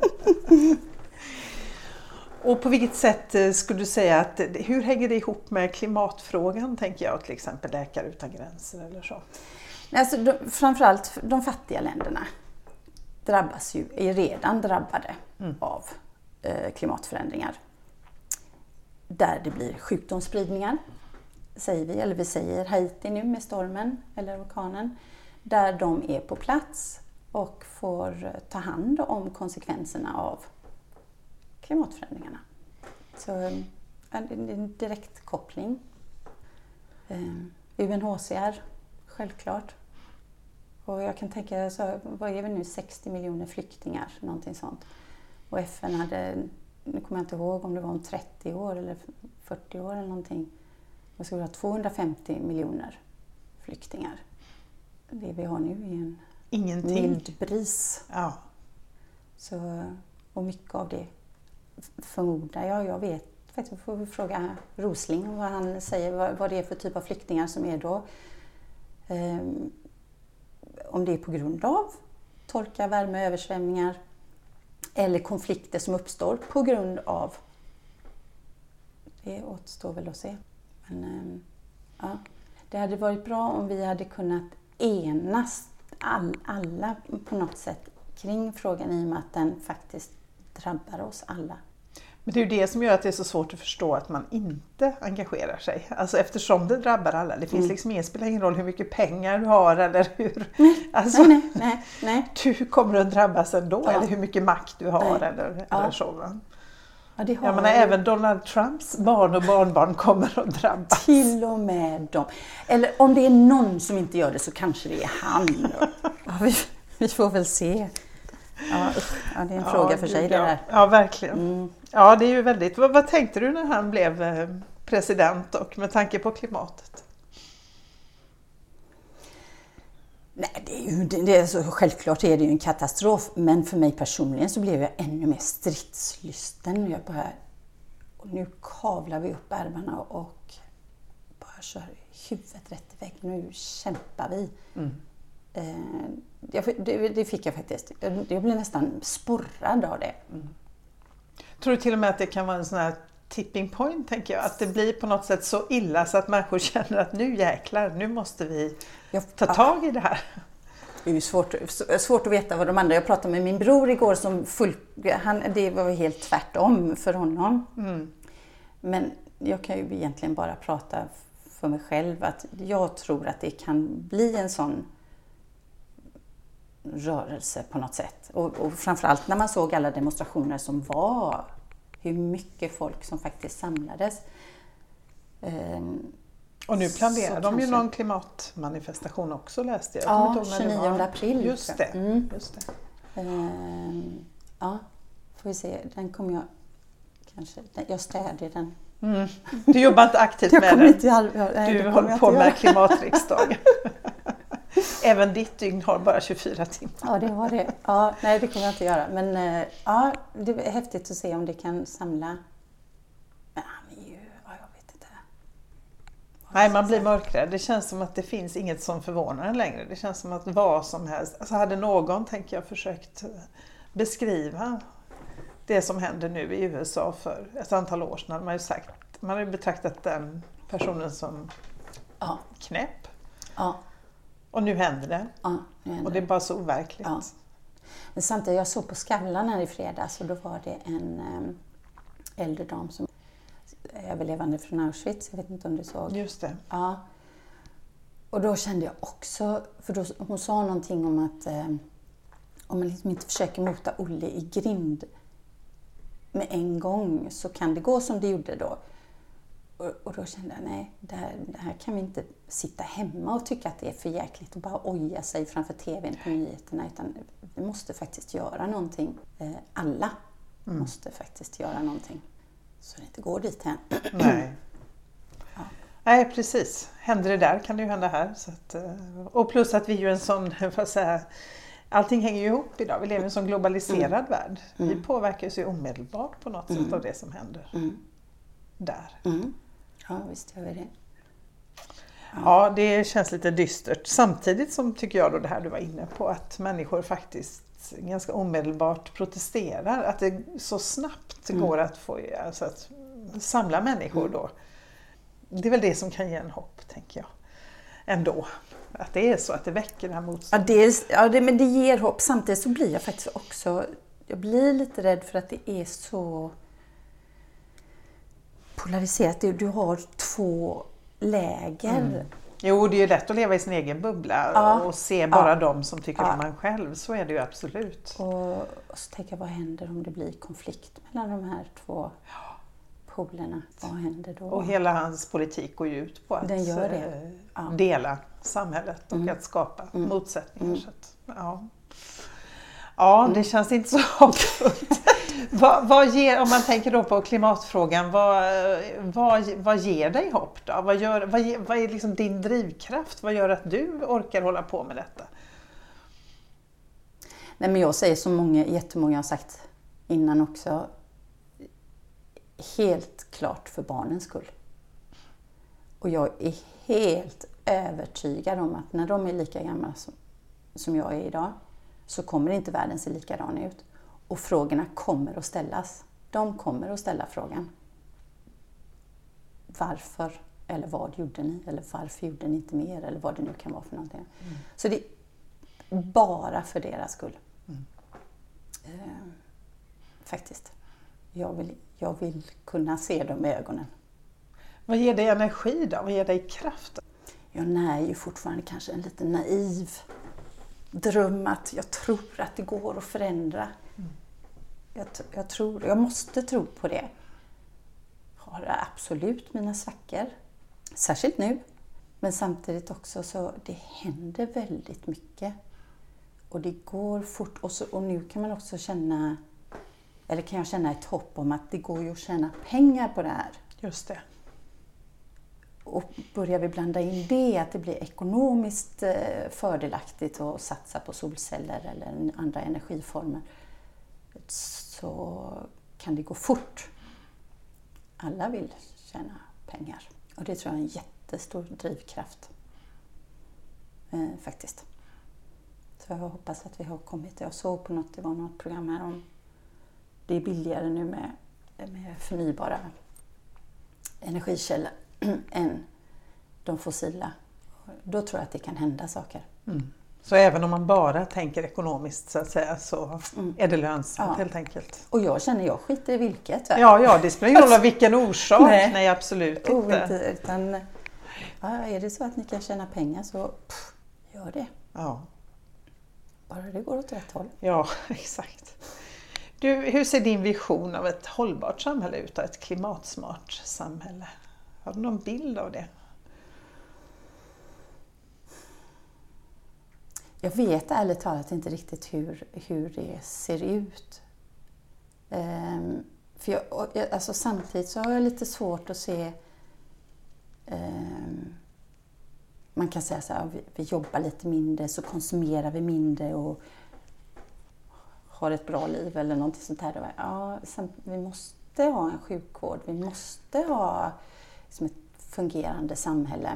Speaker 2: Och på vilket sätt skulle du säga att, hur hänger det ihop med klimatfrågan, tänker jag, till exempel Läkare utan gränser eller så?
Speaker 1: Alltså, de, framförallt de fattiga länderna drabbas ju, är redan drabbade mm. av eh, klimatförändringar. Där det blir sjukdomsspridningar, säger vi, eller vi säger Haiti nu med stormen eller orkanen, där de är på plats och får ta hand om konsekvenserna av klimatförändringarna. Så ja, det är en direkt koppling. U N H C R, självklart. Och jag kan tänka, så, vad är vi nu, sextio miljoner flyktingar, någonting sånt. Och F N hade, nu kommer jag inte ihåg om det var om trettio år eller fyrtio år eller någonting. Det skulle vara tvåhundrafemtio miljoner flyktingar. Det vi har nu är en
Speaker 2: Ingenting.
Speaker 1: mild bris.
Speaker 2: Ja.
Speaker 1: Så, och mycket av det förmodar jag, jag vet faktiskt, får vi fråga Rosling vad han säger, vad, vad det är för typ av flyktingar som är då. Um, om det är på grund av torka, värme, översvämningar eller konflikter som uppstår på grund av. Det återstår väl att se. Men, um, ja. Det hade varit bra om vi hade kunnat enas all, alla på något sätt kring frågan i och med att den faktiskt drabbar oss alla.
Speaker 2: Men det är ju det som gör att det är så svårt att förstå att man inte engagerar sig. Alltså eftersom det drabbar alla. Det finns mm. liksom ingen, spelar ingen roll hur mycket pengar du har eller hur.
Speaker 1: Nej,
Speaker 2: alltså,
Speaker 1: nej, nej, nej.
Speaker 2: Du kommer att drabbas ändå
Speaker 1: Ja.
Speaker 2: eller hur mycket makt du har
Speaker 1: Nej.
Speaker 2: eller,
Speaker 1: Ja.
Speaker 2: eller så. Va?
Speaker 1: Ja, det har
Speaker 2: Jag menar,
Speaker 1: ju.
Speaker 2: även Donald Trumps barn och barnbarn kommer att drabbas.
Speaker 1: Till och med dem. Eller om det är någon som inte gör det så kanske det är han. Ja, vi, vi får väl se. Ja, ja, det är en
Speaker 2: Ja,
Speaker 1: fråga för
Speaker 2: gud,
Speaker 1: sig
Speaker 2: ja.
Speaker 1: det där.
Speaker 2: Ja, verkligen.
Speaker 1: Mm.
Speaker 2: Ja, det är ju väldigt. Vad, vad tänkte du när han blev eh, president och med tanke på klimatet?
Speaker 1: Nej, det är ju, det, det är så, självklart är det ju en katastrof. Men för mig personligen så blev jag ännu mer stridslysten. Jag bara, och nu kavlar vi upp ärmarna och bara kör huvudet rätt i väggen. Nu kämpar vi. Mm. Eh, det, det fick jag faktiskt. Jag blev nästan sporrad av det.
Speaker 2: Mm. Tror du till och med att det kan vara en sån här tipping point, tänker jag? Att det blir på något sätt så illa så att människor känner att nu jäklar, nu måste vi ta tag i det här.
Speaker 1: Det är ju svårt, svårt att veta vad de andra... Jag pratade med min bror igår som full... Han, det var helt tvärtom för honom. Mm. Men jag kan ju egentligen bara prata för mig själv. Att jag tror att det kan bli en sån rörelse på något sätt. Och, och framförallt när man såg alla demonstrationer som var, hur mycket folk som faktiskt samlades. Um,
Speaker 2: och nu planerar de kanske ju någon klimatmanifestation också, läste jag.
Speaker 1: Ja, tjugonionde april.
Speaker 2: Just det. Mm. Just det.
Speaker 1: Um, ja, får vi se. Den kommer jag kanske, jag stödjer den.
Speaker 2: Mm. Du jobbar inte aktivt med den.
Speaker 1: Inte, jag, nej,
Speaker 2: du håller på med klimatriksdagen. Även ditt dygn har bara tjugofyra timmar.
Speaker 1: Ja, det har det. Ja, nej, det kommer jag inte göra. Men ja, det är häftigt att se om det kan samla. Men han är ju, ja, jag vet inte.
Speaker 2: Nej, man blir mörkrädd. Det känns som att det finns inget som förvånar en längre. Det känns som att vad som helst. Alltså hade någon, tänker jag, försökt beskriva det som händer nu i U S A för ett antal år sedan, hade man ju sagt, man har ju betraktat den personen som
Speaker 1: ja.
Speaker 2: knäpp.
Speaker 1: Ja.
Speaker 2: Och nu händer det.
Speaker 1: Ja, nu händer
Speaker 2: och det är bara så overkligt.
Speaker 1: Ja. Men samtidigt, jag såg på Skavlan här i fredags och då var det en äm, äldre dam som är överlevande från Auschwitz. Jag vet inte om du såg.
Speaker 2: Just det.
Speaker 1: Ja. Och då kände jag också, för då, hon sa någonting om att äm, om man liksom inte försöker mota Olle i grind med en gång så kan det gå som det gjorde då. Och, och då kände jag, nej, det här, det här kan vi inte sitta hemma och tycka att det är för jäkligt och bara oja sig framför tvn på nyheterna, utan vi måste faktiskt göra någonting. Eh, alla mm. måste faktiskt göra någonting så det inte går dit än.
Speaker 2: Nej. Ja. Nej, precis. Händer det där kan det ju hända här. Så att, och plus att vi är ju en sån, vad säga, allting hänger ju ihop idag. Vi lever i en sån globaliserad mm. värld. Vi mm. påverkas ju omedelbart på något mm. sätt av det som händer. Mm. Där.
Speaker 1: Mm. Ja, visst gör vi det.
Speaker 2: Ja. ja, det känns lite dystert. Samtidigt som tycker jag då det här du var inne på, att människor faktiskt ganska omedelbart protesterar. Att det så snabbt mm. går att få alltså att samla människor mm. då. Det är väl det som kan ge en hopp, tänker jag. Ändå. Att det är så, att det väcker det här motståndet.
Speaker 1: Ja, det, är, ja det, men det ger hopp. Samtidigt så blir jag faktiskt också jag blir lite rädd för att det är så polariserat. Du, du har två läger. Mm.
Speaker 2: Jo, det är ju lätt att leva i sin egen bubbla ja. och se bara ja. de som tycker ja. om man själv. Så är det ju absolut.
Speaker 1: Och, och så tänker jag, vad händer om det blir konflikt mellan de här två polerna? Vad händer då?
Speaker 2: Och hela hans politik går ju ut på att
Speaker 1: Den gör det.
Speaker 2: Ja. dela samhället och mm. att skapa mm. motsättningar.
Speaker 1: Mm.
Speaker 2: Så att, ja. ja, det mm. känns inte så hoppfullt. vad, vad ger, om man tänker då på klimatfrågan, vad, vad, vad ger dig hopp då? Vad, gör, vad, vad är liksom din drivkraft? Vad gör att du orkar hålla på med detta?
Speaker 1: Nej, men jag säger som många, jättemånga har sagt innan också, helt klart för barnens skull. Och jag är helt övertygad om att när de är lika gamla som, som jag är idag så kommer inte världen se likadan ut. Och frågorna kommer att ställas. De kommer att ställa frågan. Varför? Eller vad gjorde ni? Eller varför gjorde ni inte mer? Eller vad det nu kan vara för någonting. Mm. Så det är bara för deras skull. Mm. Eh, faktiskt. Jag vill, jag vill kunna se dem i ögonen.
Speaker 2: Vad ger dig energi då? Vad ger dig kraft?
Speaker 1: Jag när ju fortfarande kanske en lite naiv dröm att jag tror att det går att förändra. Mm. Jag, jag, tror, jag måste tro på det. Jag har absolut mina svackor. Särskilt nu. Men samtidigt också så det händer väldigt mycket. Och det går fort. Och, så, och nu kan man också känna, eller kan jag känna ett hopp om att det går ju att tjäna pengar på det här.
Speaker 2: Just det.
Speaker 1: Och börjar vi blanda in det, att det blir ekonomiskt fördelaktigt att satsa på solceller eller andra energiformer, så kan det gå fort. Alla vill tjäna pengar. Och det tror jag är en jättestor drivkraft. Eh, faktiskt. Så jag hoppas att vi har kommit. Jag såg på något, det var något program här om det är billigare nu med, med förnybara energikällor än de fossila. Då tror jag att det kan hända saker.
Speaker 2: Mm. Så även om man bara tänker ekonomiskt så att säga, så mm. är det lönsamt ja. helt enkelt.
Speaker 1: Och jag känner jag skiter i vilket.
Speaker 2: Va? Ja, ja, det spelar ingen roll av vilken orsak. Nej, Nej absolut
Speaker 1: oh,
Speaker 2: inte.
Speaker 1: inte utan, ja, är det så att ni kan tjäna pengar så pff, gör det.
Speaker 2: Ja.
Speaker 1: Bara det går åt rätt håll.
Speaker 2: Ja, exakt. Du, hur ser din vision av ett hållbart samhälle ut? Ett klimatsmart samhälle? Har du någon bild av det?
Speaker 1: Jag vet ärligt talat inte riktigt hur, hur det ser ut. Um, för jag, alltså samtidigt så har jag lite svårt att se... Um, man kan säga så här, vi, vi jobbar lite mindre så konsumerar vi mindre och har ett bra liv eller någonting sånt här. Ja, vi måste ha en sjukvård, vi måste ha liksom ett fungerande samhälle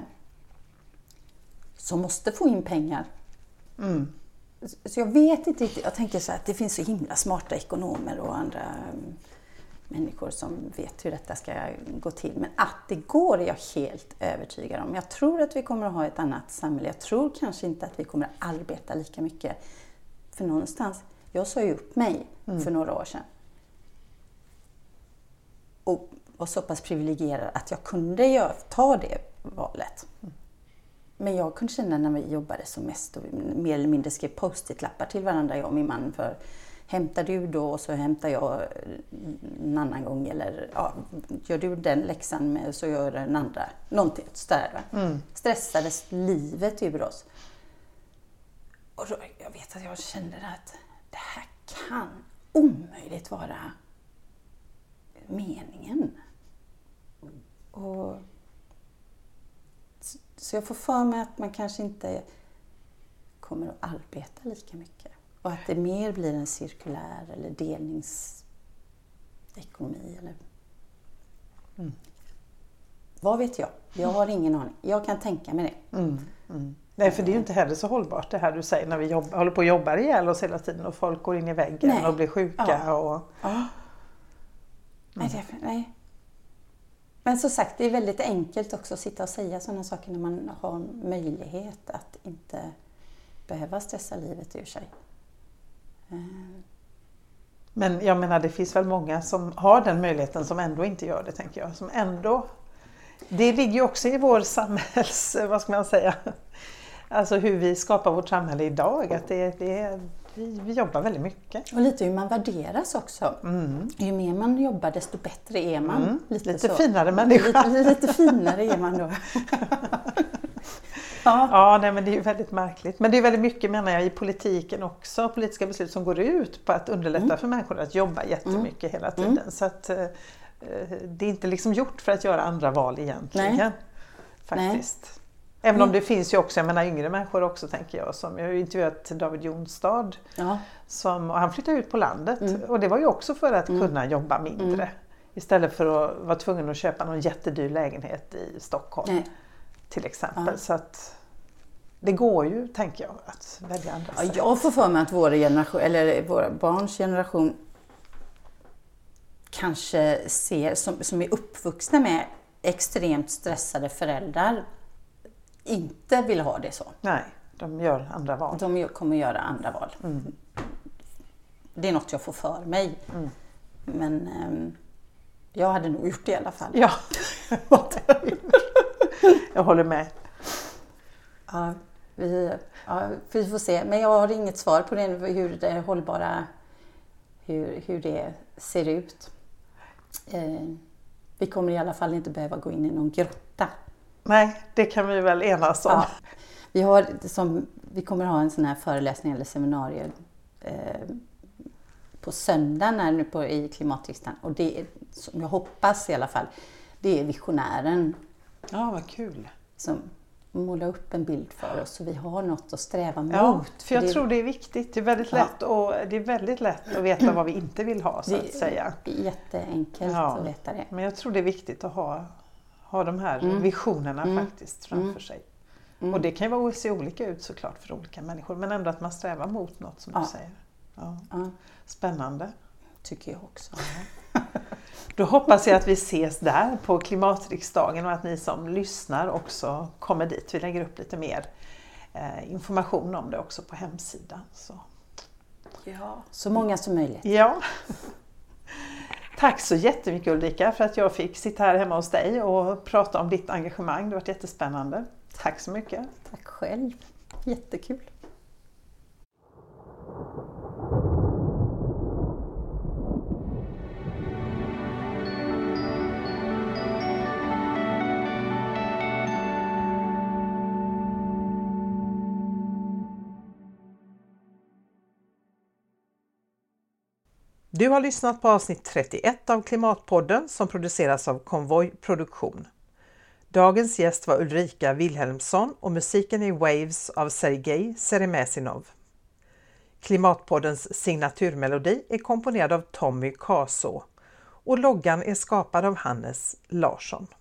Speaker 1: som måste få in pengar. Mm. Så jag vet inte riktigt, jag tänker så här att det finns så himla smarta ekonomer och andra människor som vet hur detta ska gå till. Men att det går är jag helt övertygad om. Jag tror att vi kommer att ha ett annat samhälle. Jag tror kanske inte att vi kommer att arbeta lika mycket. För någonstans, jag sa ju upp mig mm. för några år sedan. Och var så pass privilegierad att jag kunde göra, ta det valet. Mm. Men jag kunde känna när vi jobbade som mest och mer eller mindre skrev post-it-lappar till varandra, jag och min man, för hämtar du då och så hämtar jag en annan gång, eller ja, gör du den läxan med så gör den andra. Någonting sådär. Mm. Stressades livet ur oss. Och då, jag vet att jag kände att det här kan omöjligt vara meningen. Och så jag får för mig att man kanske inte kommer att arbeta lika mycket. Och att det mer blir en cirkulär eller delningsekonomi. Eller... Mm. Vad vet jag? Jag har ingen aning. Jag kan tänka mig det. Mm. Mm.
Speaker 2: Nej, för det är ju inte heller så hållbart det här du säger när vi jobbar, håller på att jobba ihjäl oss hela tiden och folk går in i väggen nej. och blir sjuka. Ja. Och...
Speaker 1: Ja. Mm. Nej, det, nej. Men som sagt, det är väldigt enkelt också att sitta och säga sådana saker när man har möjlighet att inte behöva stressa livet ur sig.
Speaker 2: Men jag menar, det finns väl många som har den möjligheten som ändå inte gör det, tänker jag. Som ändå, det ligger ju också i vår samhälls, vad ska man säga, alltså hur vi skapar vårt samhälle idag. Att det, det, vi, vi jobbar väldigt mycket.
Speaker 1: Och lite hur man värderas också. Mm. Ju mer man jobbar desto bättre är man.
Speaker 2: Mm.
Speaker 1: Lite,
Speaker 2: lite
Speaker 1: så.
Speaker 2: finare människa.
Speaker 1: Lite, lite finare är man då.
Speaker 2: Ja, ja nej, men det är ju väldigt märkligt. Men det är väldigt mycket, menar jag, i politiken också. Politiska beslut som går ut på att underlätta mm. för människor att jobba jättemycket mm. hela tiden. Mm. Så att eh, det är inte liksom gjort för att göra andra val egentligen. Nej. Faktiskt. Nej. Även mm. om det finns ju också, jag menar, yngre människor också, tänker jag. Som, jag har ju intervjuat David Jonstad. Ja. Som, och han flyttade ut på landet. Mm. Och det var ju också för att mm. kunna jobba mindre. Mm. Istället för att vara tvungen att köpa någon jättedyr lägenhet i Stockholm. Nej. Till exempel. Ja. Så att det går ju, tänker jag, att välja andra
Speaker 1: ja,
Speaker 2: sätt.
Speaker 1: Jag får för mig att våra generation, eller våra barns generation kanske ser, som, som är uppvuxna med extremt stressade föräldrar, inte vill ha det så.
Speaker 2: Nej, de gör andra val.
Speaker 1: De kommer göra andra val. Mm. Det är något jag får för mig. Mm. Men um, jag hade nog gjort det i alla fall.
Speaker 2: Ja, jag håller med.
Speaker 1: Ja, vi, ja, vi får se. Men jag har inget svar på det, hur det hållbara, hur, hur det ser ut. Eh, vi kommer i alla fall inte behöva gå in i någon grotta.
Speaker 2: Nej, det kan vi väl enas om. Ja.
Speaker 1: Vi, har, som, vi kommer ha en sån här föreläsning eller seminarium eh, på söndag när, nu på, i klimatriksdagen. Och det är, som jag hoppas i alla fall, det är visionären.
Speaker 2: Ja, vad kul.
Speaker 1: Som målar upp en bild för oss så vi har något att sträva mot.
Speaker 2: Ja, för jag det, tror det är viktigt. Det är väldigt lätt, ja. och, det är väldigt lätt att veta vad vi inte vill ha, så
Speaker 1: det
Speaker 2: att säga.
Speaker 1: Det är jätteenkelt ja. att veta det.
Speaker 2: Men jag tror det är viktigt att ha, ha de här mm. visionerna mm. faktiskt framför mm. sig. Mm. Och det kan ju vara, se olika ut såklart för olika människor. Men ändå att man strävar mot något, som ja. du säger. Ja. Ja. Spännande.
Speaker 1: Tycker jag också.
Speaker 2: Ja. Då hoppas jag att vi ses där på klimatriksdagen och att ni som lyssnar också kommer dit. Vi lägger upp lite mer eh, information om det också på hemsidan. Så.
Speaker 1: Ja, så många som möjligt.
Speaker 2: Ja. Tack så jättemycket, Ulrika, för att jag fick sitta här hemma hos dig och prata om ditt engagemang. Det har varit jättespännande. Tack så mycket.
Speaker 1: Tack själv. Jättekul.
Speaker 2: Du har lyssnat på avsnitt trettioett av Klimatpodden som produceras av Konvoj Produktion. Dagens gäst var Ulrika Wilhelmsson och musiken är Waves av Sergej Seremesinov. Klimatpoddens signaturmelodi är komponerad av Tommy Kaso och loggan är skapad av Hannes Larsson.